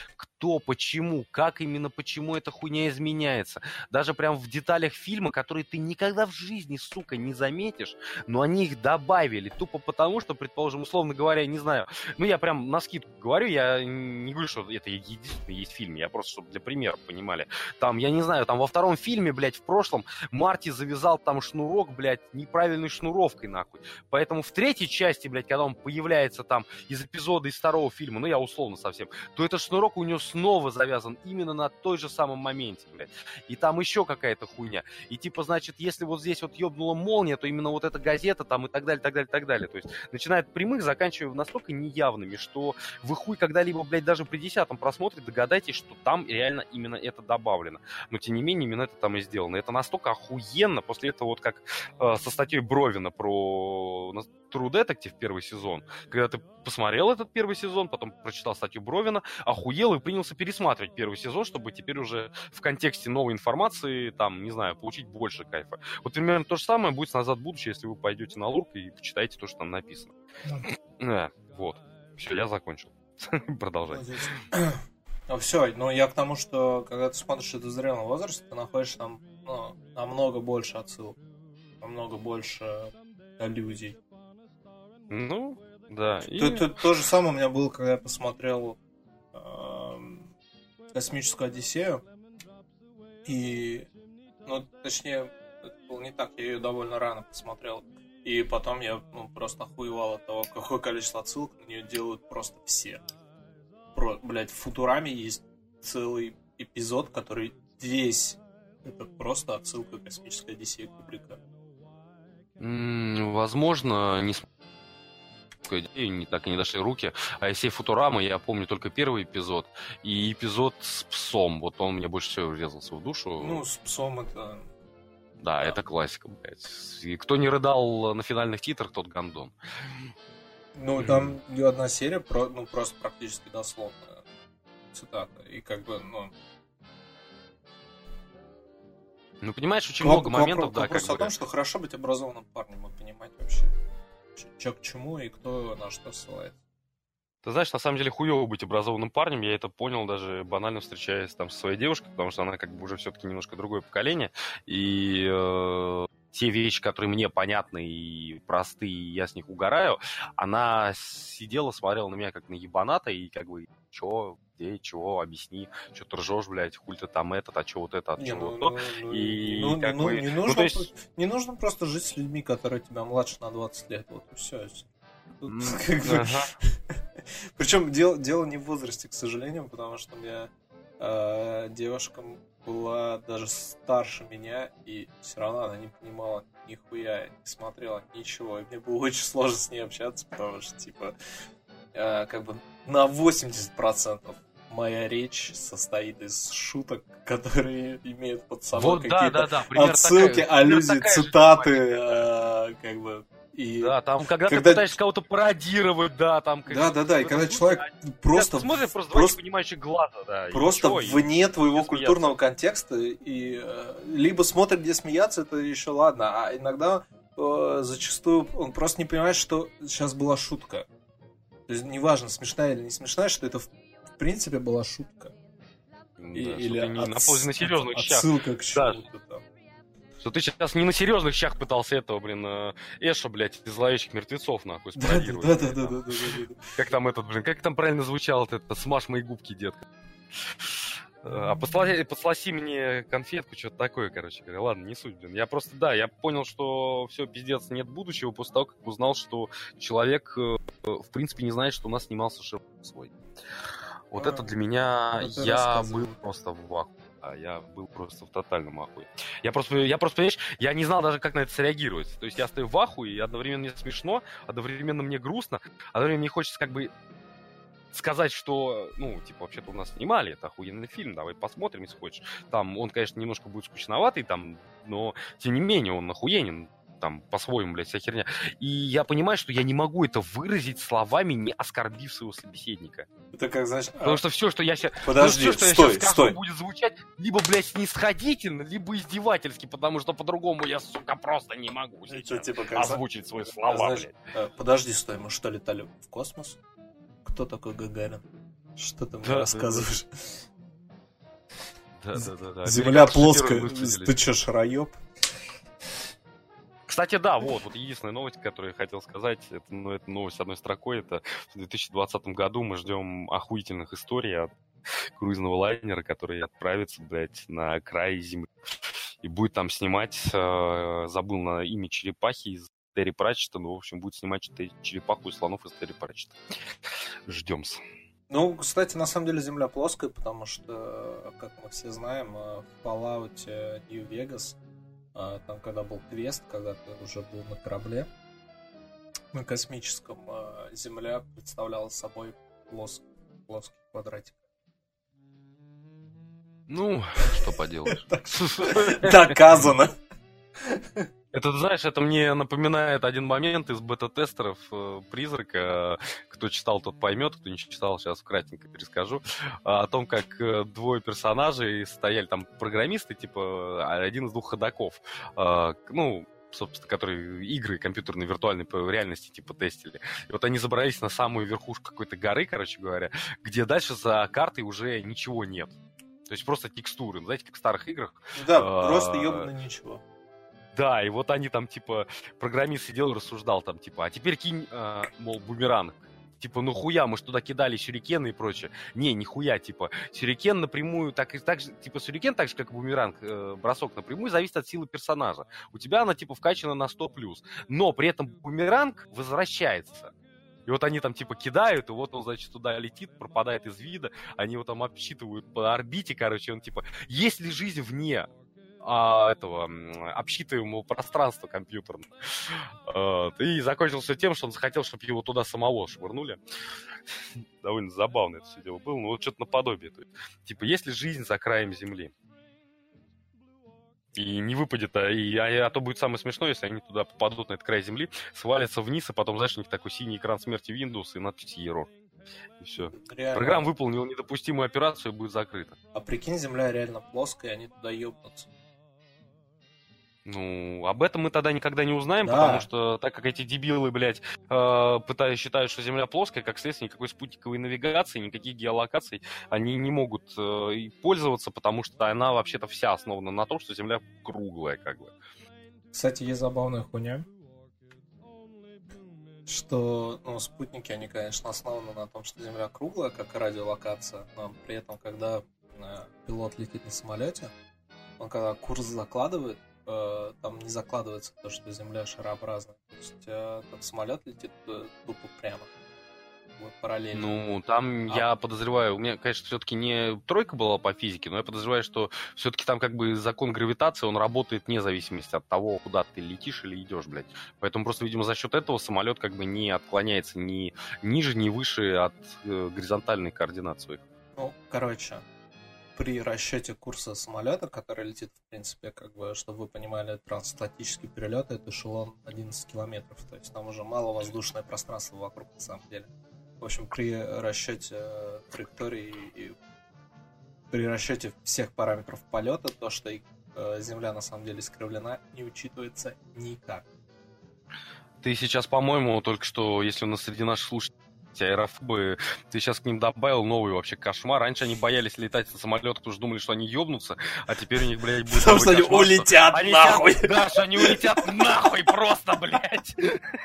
что, почему, как именно, почему эта хуйня изменяется. Даже прям в деталях фильма, которые ты никогда в жизни, сука, не заметишь, но они их добавили. Тупо потому, что, предположим, условно говоря, не знаю, ну я прям навскидку говорю, я не говорю, что это единственный есть фильм, я просто, чтобы для примера понимали. Там, я не знаю, там во втором фильме, блядь, в прошлом Марти завязал там шнурок, блядь, неправильной шнуровкой, нахуй. Поэтому в третьей части, блядь, когда он появляется там из эпизода из второго фильма, ну я условно совсем, то этот шнурок у него снова завязан именно на той же самом моменте, блядь. И там еще какая-то хуйня. И типа, значит, если вот здесь вот ёбнула молния, то именно вот эта газета там и так далее, так далее, так далее. То есть, начиная от прямых, заканчивая настолько неявными, что вы хуй когда-либо, блядь, даже при 10-м просмотре догадайтесь, что там реально именно это добавлено. Но, тем не менее, именно это там и сделано. Это настолько охуенно. После этого вот как со статьей Бровина про True Detective первый сезон. Когда ты посмотрел этот первый сезон, потом прочитал статью Бровина, охуел и принялся пересматривать первый сезон, чтобы теперь уже в контексте новой информации, там, не знаю, получить больше кайфа. Вот примерно то же самое будет с «Назад в будущее», если вы пойдете на Лурк и почитаете то, что там написано. Вот. Все, я закончил. Продолжай. Все, но я к тому, что когда ты смотришь это в зрелом возрасте, ты находишь там намного больше отсылок, намного больше аллюзий. Ну, да. То же самое у меня было, когда я посмотрел «Космическую Одиссею». И, ну, точнее, это было не так, я ее довольно рано посмотрел. И потом я просто охуевал от того, какое количество отсылок на нее делают просто все. Блять, в «Футураме» есть целый эпизод, который весь это просто отсылка к «Космической Одиссее» Кубрика. Возможно, не так и не дошли руки. А если «Футурама», я помню только первый эпизод. И эпизод с псом. Вот он мне больше всего врезался в душу. Ну, с псом это... Да, это классика, блядь. И кто не рыдал на финальных титрах, тот гандон. Ну, там одна серия, просто практически дословная цитата. И как бы, Ну, понимаешь, очень много моментов, да, вопрос о том, что хорошо быть образованным парнем и понимать вообще, что к чему и кто на что ссылается. Ты знаешь, на самом деле хуёво быть образованным парнем, я это понял даже банально встречаясь там со своей девушкой, потому что она как бы уже все-таки немножко другое поколение, и те вещи, которые мне понятны и простые, и я с них угораю, она сидела, смотрела на меня как на ебаната, и как бы, чё, где, чего, объясни, что ты ржешь, блядь, хуй ты там этот, а чё вот это, а чё вот то. Не нужно просто жить с людьми, которые тебя младше на 20 лет, вот и все. Причем дело не в возрасте, к сожалению, потому что у меня девушка была даже старше меня, и все равно она не понимала нихуя, не смотрела ничего. И мне было очень сложно с ней общаться, потому что, типа, как бы на 80% моя речь состоит из шуток, которые имеют под собой вот, какие-то отсылки, аллюзии, цитаты, как бы. И да, там, когда ты пытаешься кого-то пародировать, да, там... Да, и когда человек просто... Смотришь просто два непонимающих глаза, да. Просто вне твоего культурного контекста, и либо смотрит, где смеяться, это еще ладно, а иногда зачастую он просто не понимает, что сейчас была шутка. То есть неважно, смешная или не смешная, что это в принципе была шутка. Да, или на серьезных щах. Отсылка к чему-то там. Что ты сейчас не на серьезных щах пытался этого, Эша, блядь, из «Зловещих мертвецов», нахуй, спародировать. Да. Как там как там правильно звучало это «Смажь мои губки, детка». А подсласи мне конфетку, что-то такое, короче говоря. Ладно, не суть, я просто, я понял, что все, пиздец, нет будущего, после того, как узнал, что человек, в принципе, не знает, что у нас снимался Шерлок свой. Вот это для меня, я был просто в вакууме. Я был просто в тотальном ахуе. Я просто, понимаешь, я не знал даже, как на это среагировать. То есть я стою в ахуе, и одновременно мне смешно, одновременно мне грустно, одновременно мне хочется как бы сказать, что, вообще-то у нас снимали, это охуенный фильм, давай посмотрим, если хочешь. Там он, конечно, немножко будет скучноватый, но тем не менее он охуенен. Там, по-своему, блядь, вся херня. И я понимаю, что я не могу это выразить словами, не оскорбив своего собеседника. Это как, знаешь... Потому что все, что я сейчас... Подожди, стой. Будет звучать либо, блядь, снисходительно, либо издевательски, потому что по-другому я, сука, просто не могу сейчас озвучить свои слова, блядь. Подожди, стой, мы что, летали в космос? Кто такой Гагарин? Что ты мне рассказываешь? Да. Земля плоская. Ты чё, шароёб? Кстати, да, вот единственная новость, которую я хотел сказать, это новость одной строкой, это в 2020 году мы ждем охуительных историй от круизного лайнера, который отправится, блядь, на край земли. И будет там снимать, забыл на имя черепахи из Терри Пратчета, но, в общем, будет снимать черепаху и слонов из Терри Пратчета. Ждем-с. Ну, кстати, на самом деле Земля плоская, потому что, как мы все знаем, в Fallout New Vegas, там, когда был квест, когда ты уже был на корабле, на космическом, Земля представляла собой плоский квадратик. Ну, что поделаешь. Доказано. Это, знаешь, это мне напоминает один момент из бета-тестеров «Призрака». Кто читал, тот поймет, кто не читал, сейчас кратенько перескажу. О том, как двое персонажей стояли, там, программисты, типа, один из двух ходоков. Ну, собственно, которые игры компьютерные, виртуальной по реальности, типа, тестили. И вот они забрались на самую верхушку какой-то горы, короче говоря, где дальше за картой уже ничего нет. То есть просто текстуры, знаете, как в старых играх. Да, просто ёбано ничего. Да, и вот они там, типа, программист сидел и рассуждал там, типа, а теперь кинь, мол, бумеранг. Типа, ну хуя, мы же туда кидали сюрикены и прочее. Не, нихуя, типа, сюрикен напрямую, так же, типа, сюрикен так же, как и бумеранг, бросок напрямую, зависит от силы персонажа. У тебя она, типа, вкачана на 100+. Но при этом бумеранг возвращается. И вот они там, типа, кидают, и вот он, значит, туда летит, пропадает из вида, они его там обсчитывают по орбите, короче, он, типа, есть ли жизнь вне этого обсчитываемого пространства компьютерного. И закончился все тем, что он захотел, чтобы его туда самого швырнули. Довольно забавно это все дело было, но вот что-то наподобие. Типа, есть ли жизнь за краем Земли? И не выпадет, а то будет самое смешное, если они туда попадут на этот край Земли, свалятся вниз, а потом, знаешь, у них такой синий экран смерти Windows и надпись Error. И все. Реально. Программа выполнила недопустимую операцию и будет закрыта. А прикинь, Земля реально плоская, и они туда ёбнутся. Ну, об этом мы тогда никогда не узнаем, да. Потому что, так как эти дебилы, блядь, считают, что Земля плоская, как следствие, никакой спутниковой навигации, никаких геолокаций они не могут пользоваться, потому что она вообще-то вся основана на том, что Земля круглая, как бы. Кстати, есть забавная хуйня, что, спутники, они, конечно, основаны на том, что Земля круглая, как и радиолокация, но при этом, когда пилот летит на самолете, он когда курс закладывает, там не закладывается то, что Земля шарообразная. То есть этот самолет летит тупо прямо. Вот, параллельно. Ну, там я подозреваю, у меня, конечно, все-таки не тройка была по физике, но я подозреваю, что все-таки там как бы закон гравитации, он работает вне зависимости от того, куда ты летишь или идешь, блядь. Поэтому просто, видимо, за счет этого самолет как бы не отклоняется ни ниже, ни выше от горизонтальной координат своих. Ну, короче, при расчете курса самолета, который летит, в принципе, как бы, чтобы вы понимали, трансатлантический перелет, это эшелон 11 километров. То есть там уже мало воздушное пространство вокруг, на самом деле. В общем, при расчете траектории и при расчете всех параметров полета, то, что Земля на самом деле искривлена, не учитывается никак. Ты сейчас, по-моему, только что, если у нас среди наших слушателей аэрофобы, ты сейчас к ним добавил новый вообще кошмар. Раньше они боялись летать на самолет, потому что думали, что они ёбнутся, а теперь у них, блядь, будет потому что они улетят нахуй. Да, что они улетят нахуй просто, блядь.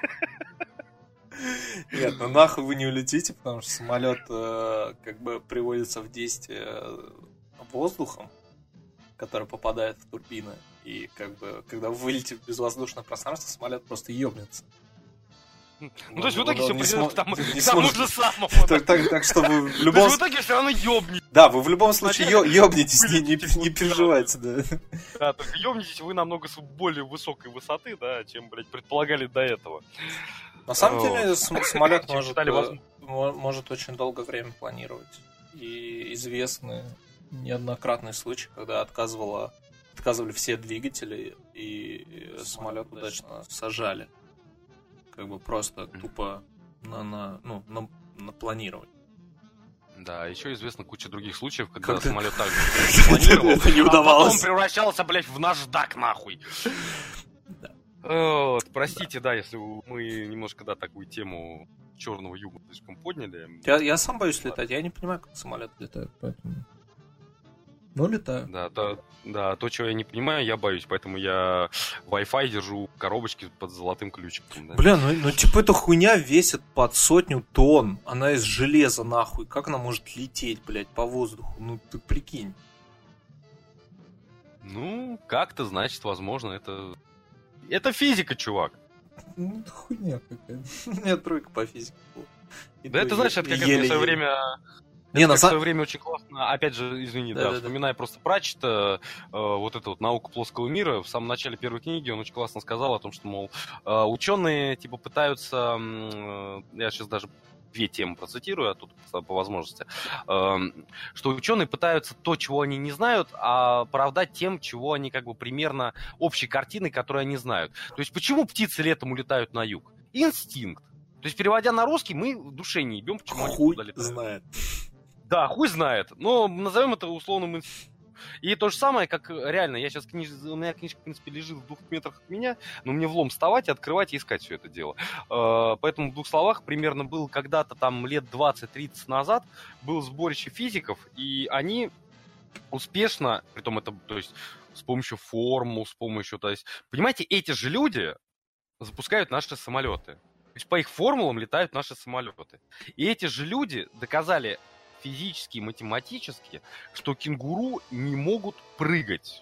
Нет, ну нахуй вы не улетите, потому что самолет как бы приводится в действие воздухом, который попадает в турбины. И как бы, когда вы вылетите в безвоздушное пространство, самолет просто ёбнется. Ну, то есть в итоге все придет к тому же самому. Так что вы в любом... в итоге все равно ёбнетесь. Да, вы в любом случае ёбнетесь, не переживайте, да. Да, только ёбнетесь вы намного с более высокой высоты, да, чем, блядь, предполагали до этого. На самом деле самолет может очень долгое время планировать. И известны неоднократные случаи, когда отказывали все двигатели, и самолет удачно сажали. Как бы просто тупо на планирование. Да, еще известна куча других случаев, когда самолет также планировал, не удавалось. А потом превращался, блядь, в наждак, нахуй. Да. Вот, простите, да, если мы немножко, да, такую тему черного юга слишком подняли. Я сам боюсь летать, я не понимаю, как самолет летает, поэтому... Ну, летаю. Да, то, чего я не понимаю, я боюсь, поэтому я Wi-Fi держу в коробочке под золотым ключиком. Да. Бля, ну типа эта хуйня весит под 100 тонн, она из железа нахуй, как она может лететь, блядь, по воздуху, ну ты прикинь. Ну, как-то, значит, возможно, это физика, чувак. Ну, это хуйня какая-то. У меня тройка по физике была. Да это, знаешь, это как это в свое время... в свое время очень классно, опять же, извини, вспоминая просто Пратчета, вот эту вот «Наука плоского мира», в самом начале первой книги он очень классно сказал о том, что, мол, ученые, типа, пытаются, я сейчас даже 2 темы процитирую, а тут по возможности, что ученые пытаются то, чего они не знают, оправдать тем, чего они как бы примерно общей картиной, которую они знают. То есть почему птицы летом улетают на юг? Инстинкт. То есть, переводя на русский, мы в душе не ебем, почему они туда летают. Знает. Да, хуй знает, но назовем это условным инстинктом. И то же самое, как реально, я сейчас у меня книжка, в принципе, лежит в 2 метрах от меня, но мне влом вставать, открывать и искать все это дело. Поэтому в 2 словах примерно был когда-то там лет 20-30 назад было сборище физиков, и они успешно, притом это, то есть, с помощью формул, с помощью, то есть, понимаете, эти же люди запускают наши самолеты. То есть, по их формулам летают наши самолеты. И эти же люди доказали физически и математически, что кенгуру не могут прыгать.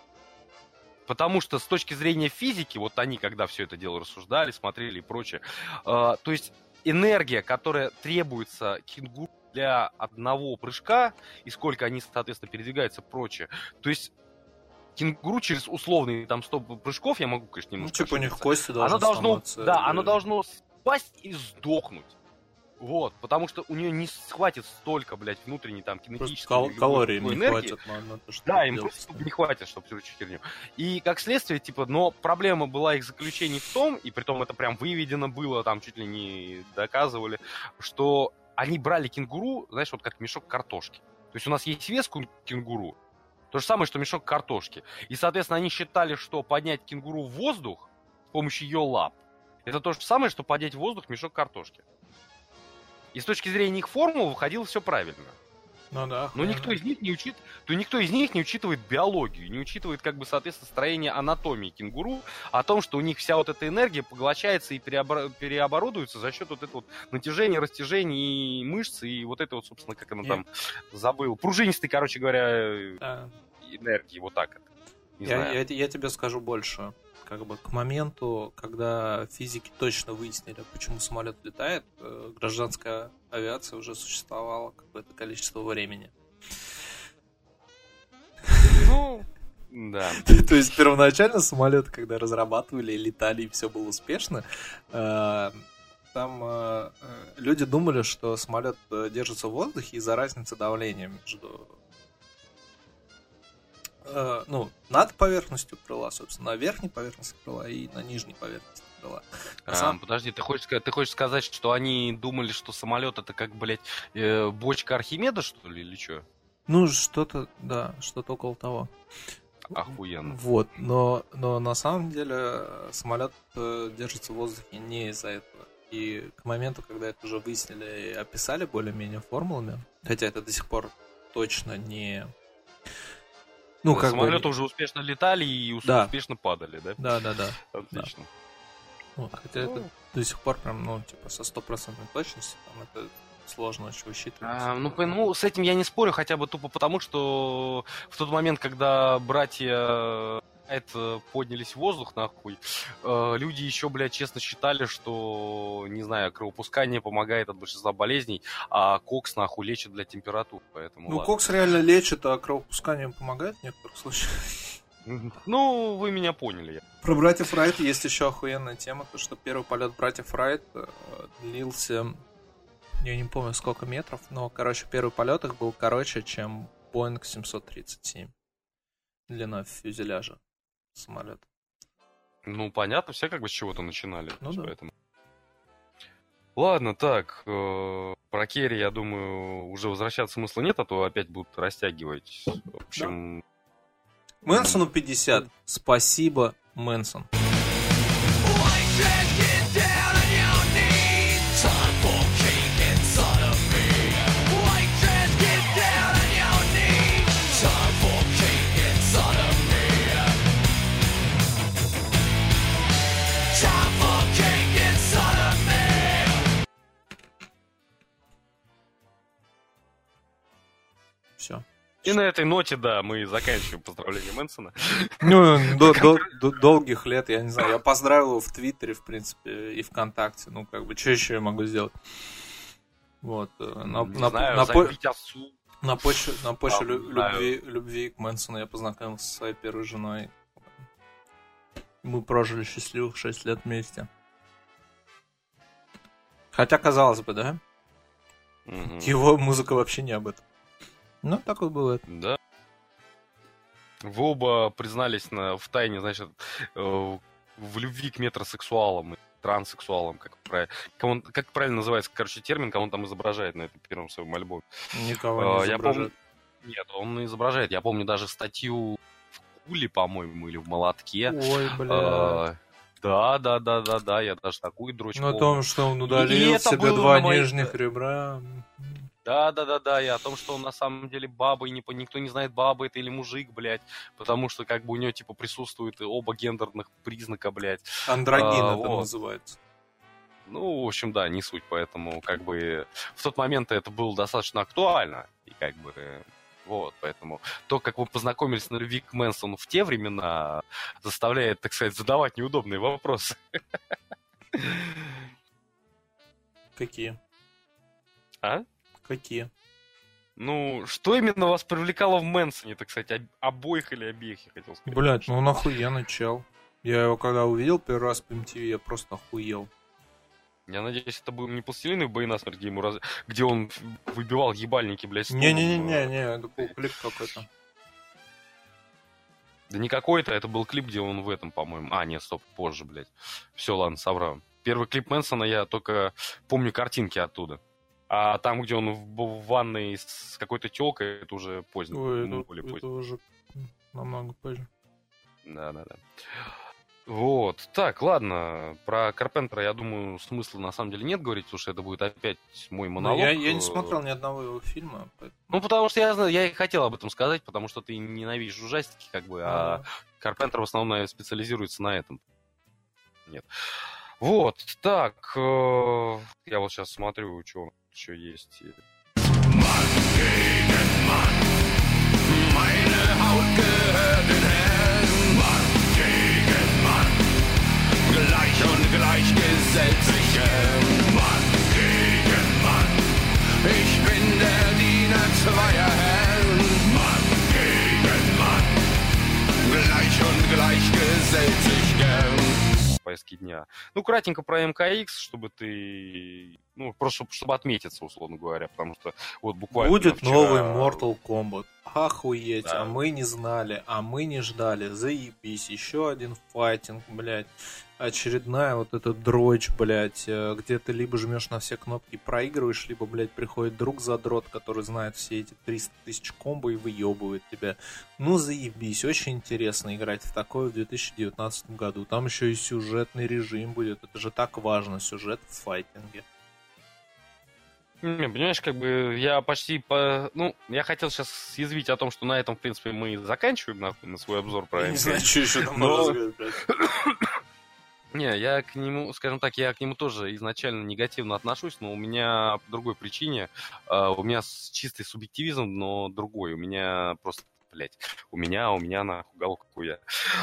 Потому что с точки зрения физики, вот они, когда все это дело рассуждали, смотрели и прочее, то есть энергия, которая требуется кенгуру для одного прыжка, и сколько они, соответственно, передвигаются и прочее, то есть кенгуру через условные там 100 прыжков, я могу, конечно, немножко... Ну, типа у них кости должны сломаться. Да, оно должно спасть и сдохнуть. Вот, потому что у нее не хватит столько, блядь, внутренней там кинетической калорий не энергии. Хватит на то, что да, им просто не хватит, чтобы всю эту херню. И как следствие, типа, но проблема была их заключений в том, и притом это прям выведено было, там чуть ли не доказывали, что они брали кенгуру, знаешь, вот как мешок картошки. То есть у нас есть вес кенгуру, то же самое, что мешок картошки. И, соответственно, они считали, что поднять кенгуру в воздух с помощью ее лап, это то же самое, что поднять в воздух мешок картошки. И с точки зрения их формул выходило все правильно. Ну да. Но никто из них не учитывает биологию, не учитывает, как бы, соответственно, строение анатомии кенгуру, о том, что у них вся вот эта энергия поглощается и переоборудуется за счет вот этого вот натяжения, растяжения и мышц, и вот это вот, собственно, как оно там забыл. Пружинистый, короче говоря, энергии, вот так это. Я тебе скажу больше. Как бы к моменту, когда физики точно выяснили, почему самолет летает, гражданская авиация уже существовала какое-то количество времени. Ну, да. То есть первоначально самолеты, когда разрабатывали, летали и все было успешно, там люди думали, что самолет держится в воздухе из-за разницы давления между... над поверхностью крыла, собственно, на верхней поверхности крыла и на нижней поверхности крыла. Подожди, ты хочешь сказать, что они думали, что самолет это как, блядь, бочка Архимеда, что ли, или что? Ну, что-то около того. Охуенно. Вот, но на самом деле самолет держится в воздухе не из-за этого. И к моменту, когда это уже выяснили и описали более-менее формулами, хотя это до сих пор точно не... самолеты уже успешно летали и успешно падали, да? Да. Отлично. Да. Вот, хотя это до сих пор прям, со 100% точностью, там это сложно очень высчитывать. С этим я не спорю, хотя бы тупо потому, что в тот момент, когда братья поднялись в воздух, нахуй, люди еще, блядь, честно считали, что, не знаю, кровопускание помогает от большинства болезней, а кокс, нахуй, лечит для температур, поэтому кокс реально лечит, а кровопускание помогает в некоторых случаях. Вы меня поняли. Про братьев Райт есть еще охуенная тема, то что первый полет братьев Райт длился, я не помню сколько метров, но, первый полет их был короче, чем Boeing 737. Длина фюзеляжа самолета. Понятно, все как бы с чего-то начинали. Да. Поэтому. Ладно, так, про Керри, я думаю, уже возвращаться смысла нет, а то опять будут растягивать. В общем... Мэнсону 50. Спасибо, Мэнсон. И на этой ноте, да, мы заканчиваем поздравление Мэнсона. Ну, до долгих лет, я не знаю, я поздравил его в Твиттере, в принципе, и ВКонтакте, ну, как бы, что еще я могу сделать? Вот, на почве любви к Мэнсону я познакомился со своей первой женой. Мы прожили счастливых 6 лет вместе. Хотя, казалось бы, да? Его музыка вообще не об этом. Ну, так вот бывает. Да. Вы оба признались в тайне, значит, в любви к метросексуалам и транссексуалам, как правильно называется, короче, термин, кого он там изображает на этом первом своем альбоме. Никого не изображает. Нет, он изображает. Я помню даже статью в Куле, по-моему, или в Молотке. Ой, бля. Да, я даже такую дрочь помню. О том, что он удалил себе 2 нижних ребра. Да, и о том, что он на самом деле баба, и никто не знает, баба это или мужик, блядь, потому что как бы у него типа присутствуют оба гендерных признака, блядь. Андрогин это называется. Ну, в общем, да, не суть, поэтому как бы в тот момент это было достаточно актуально, и как бы вот, поэтому то, как вы познакомились на любви к Мэнсону в те времена, заставляет, так сказать, задавать неудобные вопросы. Какие? А? Какие? Ну, что именно вас привлекало в Мэнсоне, так сказать, обоих или обеих, я хотел сказать. Блять, ну он охуенный чел. Я его когда увидел первый раз по MTV, я просто охуел. Я надеюсь, это был не «Пластилиновый бой насмерть», где он выбивал ебальники, блядь, столом. Не, это был клип какой-то. Да не какой-то, это был клип, где он в этом, по-моему. Нет, стоп, позже, блядь. Все, ладно, соврал. Первый клип Мэнсона я только помню картинки оттуда. А там, где он в ванной с какой-то тёлкой, это уже поздно. Ой, это уже намного позже. Да. Вот. Так, ладно. Про Карпентера, я думаю, смысла на самом деле нет говорить, потому что это будет опять мой монолог. Я не смотрел ни одного его фильма. Поэтому... Ну, потому что я и хотел об этом сказать, потому что ты ненавидишь ужастики, как бы, а Карпентер в основном специализируется на этом. Нет. Вот, так. Я вот сейчас смотрю, что у нас еще есть. Gleich und gleich gesellt sich Mann gegen Mann. Ich bin der Diener zweier Herren. Mann gegen Mann. Gleich und gleich gesellt sich gern. Повестки дня. Ну, кратенько про МКХ, чтобы ты... Ну, просто чтобы отметиться, условно говоря, потому что вот буквально... Будет вчера... новый Mortal Kombat. Охуеть, да. А мы не знали, а мы не ждали. Заебись, еще один файтинг, блядь. Очередная вот эта дрочь, блядь, где ты либо жмешь на все кнопки, проигрываешь, либо, блядь, приходит друг задрот, который знает все эти 300 тысяч комбо и выебывает тебя. Ну, заебись, очень интересно играть в такое в 2019 году. Там еще и сюжетный режим будет, это же так важно, сюжет в файтинге. Не, понимаешь, как бы я почти Ну, я хотел сейчас съязвить о том, что на этом, в принципе, мы заканчиваем на свой обзор про не знаю, что еще там можно сказать, блядь. Не, я к нему, скажем так, я к нему тоже изначально негативно отношусь, но у меня по другой причине. У меня чистый субъективизм, но другой. У меня просто, блять, у меня нахуй галку какую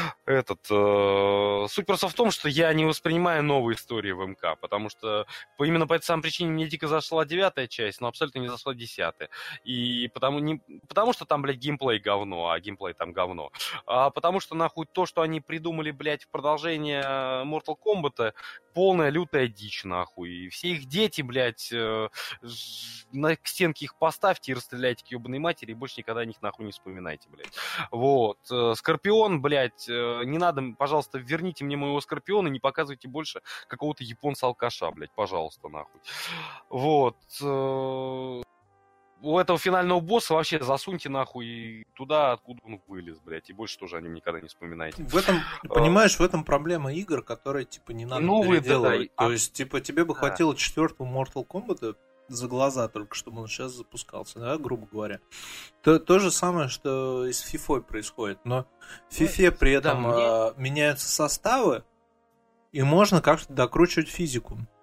я. Суть просто в том, что я не воспринимаю новые истории в МК, потому что именно по этой самой причине мне дико зашла 9-я часть, но абсолютно не зашла 10-я. И потому что там, блядь, геймплей говно, а геймплей там говно. А потому что, нахуй, то, что они придумали, блядь, в продолжение Mortal Kombat, полная лютая дичь, нахуй. И все их дети, блядь, на стенки их поставьте и расстреляйте к ебаной матери, и больше никогда о них, нахуй, не вспоминайте, блядь. Вот. Скорпион, блядь, не надо, пожалуйста, верните мне моего Скорпиона, не показывайте больше какого-то японца-алкаша, блядь, пожалуйста, нахуй. Вот. У этого финального босса вообще засуньте нахуй туда, откуда он вылез, блядь, и больше тоже о нем никогда не вспоминайте. В этом, понимаешь, в этом проблема игр, которые, типа, не надо переделывать. То есть, типа, тебе бы хватило 4-го Mortal Kombat за глаза только, чтобы он сейчас запускался, да, грубо говоря. То же самое, что и с FIFA происходит, но в FIFA при этом меняются составы, и можно как-то докручивать физику.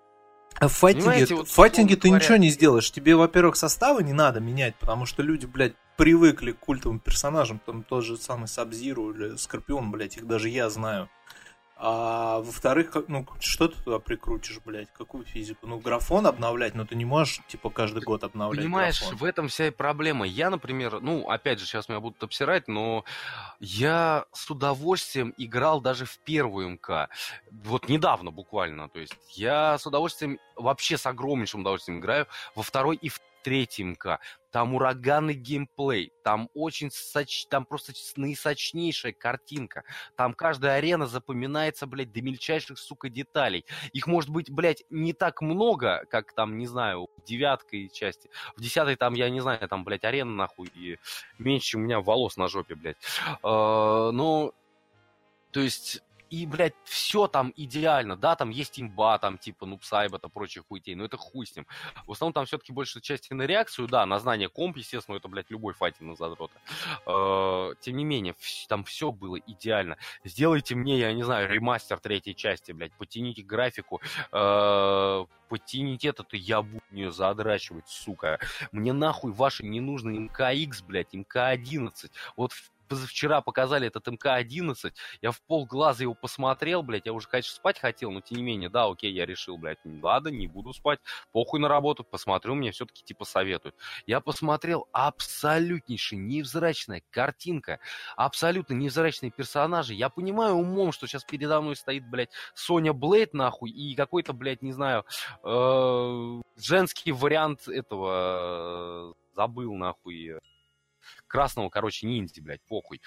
А в файтинге, вот, ты ничего не сделаешь. Тебе, во-первых, составы не надо менять, потому что люди, блядь, привыкли к культовым персонажам. Там тот же самый Саб-Зиро или Скорпион, блядь, их даже я знаю. А во-вторых, ну, что ты туда прикрутишь, блядь, какую физику? Ну, графон обновлять, но ты не можешь, типа, каждый год обновлять. Понимаешь, графон. в этом вся и проблема. Я, например, ну, опять же, сейчас меня будут обсирать, но я с удовольствием играл даже в первую МК. Вот недавно буквально. То есть я с удовольствием, вообще с огромнейшим удовольствием играю во второй и в третий МК. Там ураганный геймплей, там там просто наисочнейшая картинка. Там каждая арена запоминается, блядь, до мельчайших, сука, деталей. Их может быть, блядь, не так много, как там, не знаю, в 9-й части. В 10-й там, я не знаю, там, блядь, арена, нахуй, и меньше, чем у меня волос на жопе, блядь. Но, то есть... И, блядь, все там идеально, да, там есть имба, там, типа, нубсайбата, прочих хуйтей, но это хуй с ним. В основном там все-таки большая часть на реакцию, да, на знание комп, естественно, это, блядь, любой файтинг на задрота. Тем не менее, там все было идеально. Сделайте мне, я не знаю, ремастер третьей части, блядь, потяните графику, подтяните это-то, я буду ее задрачивать, сука. Мне нахуй ваши не нужны МКХ, блядь, МК-11. Вот позавчера показали этот МК-11, я в полглаза его посмотрел, блядь, я уже, конечно, спать хотел, но тем не менее, да, окей, я решил, блядь, ладно, не буду спать, похуй на работу, посмотрю, мне все-таки типа советуют. Я посмотрел, абсолютнейшая невзрачная картинка, абсолютно невзрачные персонажи, я понимаю умом, что сейчас передо мной стоит, блядь, Соня Блейд, нахуй, и какой-то, блядь, не знаю, женский вариант этого, забыл, нахуй, красного, короче, ниндзя, блядь, похуй.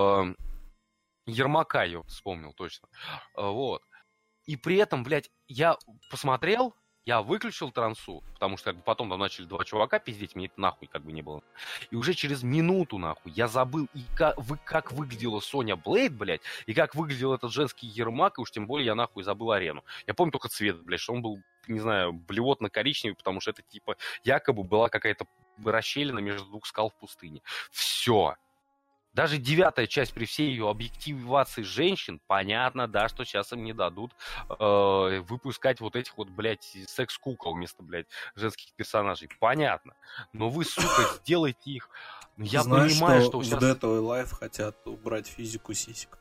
Ермака я вспомнил точно. Вот. И при этом, блядь, я посмотрел, я выключил трансу, потому что как бы потом там начали два чувака пиздеть, мне это нахуй как бы не было. И уже через минуту, нахуй, я забыл, и как выглядела Соня Блейд, блядь, и как выглядел этот женский Ермак, и уж тем более я нахуй забыл арену. Я помню только цвет, блядь, что он был, не знаю, блевотно-коричневый, потому что это типа якобы была какая-то расщелина между двух скал в пустыне. Все. Даже 9-я часть при всей ее объективации женщин, понятно, да, что сейчас им не дадут выпускать вот этих вот, блядь, секс-кукол вместо, блядь, женских персонажей. Понятно. Но вы, сука, сделайте их. Я понимаю, что сейчас... в Dead or Alive хотят убрать физику сисек.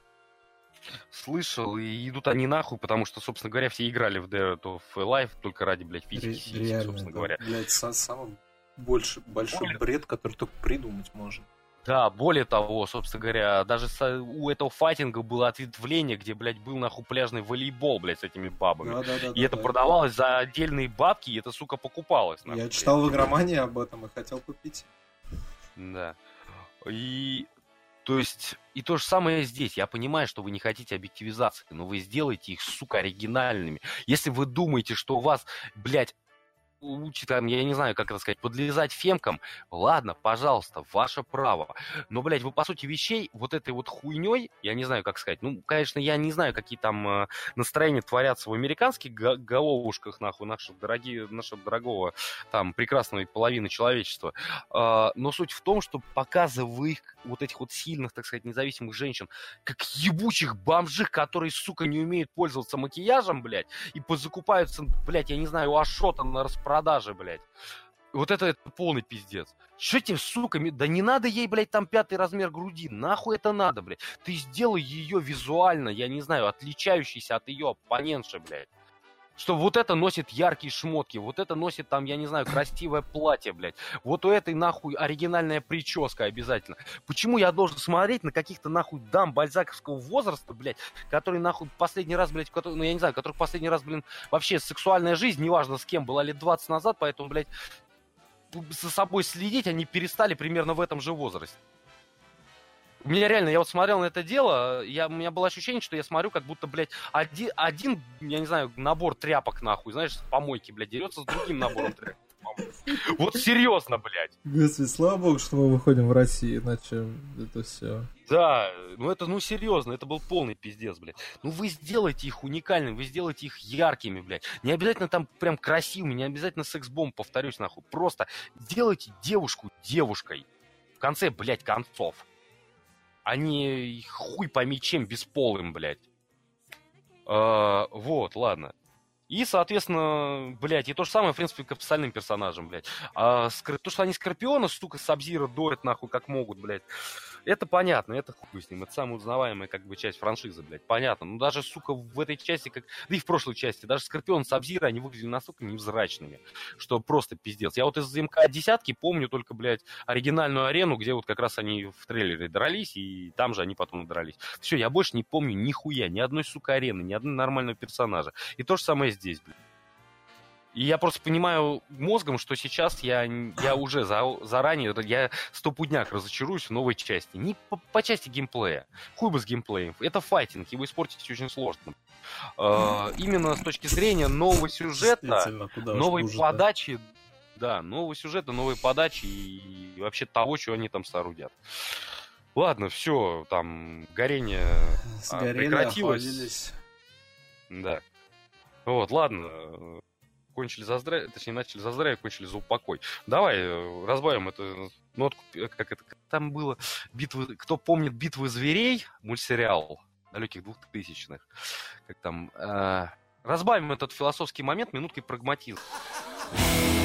Слышал, и идут они нахуй, потому что, собственно говоря, все играли в Dead or Alive только ради, блядь, физики сисек, собственно говоря. Блядь, самый большой бред, который только придумать можно. Да, более того, собственно говоря, даже у этого файтинга было ответвление, где, блядь, был нахуй пляжный волейбол, блядь, с этими бабами. Да, и это продавалось за отдельные бабки, и это, сука, покупалось. Нахуй. Я читал в игромании об этом и хотел купить. Да. И... То есть, и то же самое здесь. Я понимаю, что вы не хотите объективизации, но вы сделаете их, сука, оригинальными. Если вы думаете, что у вас, блядь, учит, я не знаю, как это сказать, подлезать фемкам, ладно, пожалуйста, ваше право. Но, блядь, вы, по сути вещей, вот этой вот хуйней, я не знаю, как сказать, ну, конечно, я не знаю, какие там настроения творятся в американских головушках, нахуй, нашего дорогого, там, прекрасной половины человечества. Но суть в том, что показывая их, вот этих вот сильных, так сказать, независимых женщин, как ебучих бомжих, которые, сука, не умеют пользоваться макияжем, блядь, и позакупаются, блядь, я не знаю, у Ашота на распродаже, блядь. Вот это полный пиздец. Что тебе, сука, да не надо ей, блядь, там 5-й размер груди. Нахуй это надо, блядь. Ты сделай ее визуально, я не знаю, отличающейся от ее оппонентши, блядь. Что вот это носит яркие шмотки, вот это носит там, я не знаю, красивое платье, блядь. Вот у этой нахуй оригинальная прическа обязательно. Почему я должен смотреть на каких-то нахуй дам бальзаковского возраста, блядь, которые нахуй последний раз, блядь, ну я не знаю, которых последний раз, блин, вообще сексуальная жизнь, неважно с кем, была лет 20 назад, поэтому, блядь, за собой следить они перестали примерно в этом же возрасте. У меня реально, я вот смотрел на это дело, у меня было ощущение, что я смотрю, как будто, блядь, один, я не знаю, набор тряпок, нахуй, знаешь, с помойки, блядь, дерется с другим набором тряпок. Вот серьезно, блядь. Господи, слава богу, что мы выходим в Россию, иначе это все. Да, ну серьезно, это был полный пиздец, блядь. Ну вы сделайте их уникальными, вы сделайте их яркими, блядь. Не обязательно там прям красивыми, не обязательно секс-бомб, повторюсь, нахуй. Просто делайте девушку девушкой. В конце, блядь, концов. А не хуй пойми чем бесполым, блядь. Вот, ладно. И, соответственно, блядь, и то же самое, в принципе, к остальным персонажам, блядь. То, что они Скорпиона, сука, Саб-Зиро дорят, нахуй, как могут, блядь. Это понятно, это хуй с ним. Это самая узнаваемая, как бы, часть франшизы, блядь. Понятно. Ну, даже, сука, в этой части, как... Да и в прошлой части, даже Скорпион, Саб-Зиро, они выглядели настолько невзрачными, что просто пиздец. Я вот из МК-10 помню только, блядь, оригинальную арену, где вот как раз они в трейлере дрались, и там же они потом дрались. Все, я больше не помню нихуя, ни одной, сука, арены, ни одного нормального персонажа. И то же самое здесь, блядь. И я просто понимаю мозгом, что сейчас я уже заранее, я стопудняк разочаруюсь в новой части. Не по части геймплея. Хуй бы с геймплеем. Это файтинг, его испортить очень сложно. Именно с точки зрения нового сюжета, новой подачи, да, нового сюжета, новой подачи и вообще того, что они там соорудят. Ладно, все, там горение прекратилось. Да. Вот, ладно. Кончили за здравие, точнее, начали за здравие, кончили за упокой. Давай разбавим эту нотку, как это там было, битвы, кто помнит «Битвы зверей», мультсериал далеких 2000-х, как там, разбавим этот философский момент минуткой прагматизма.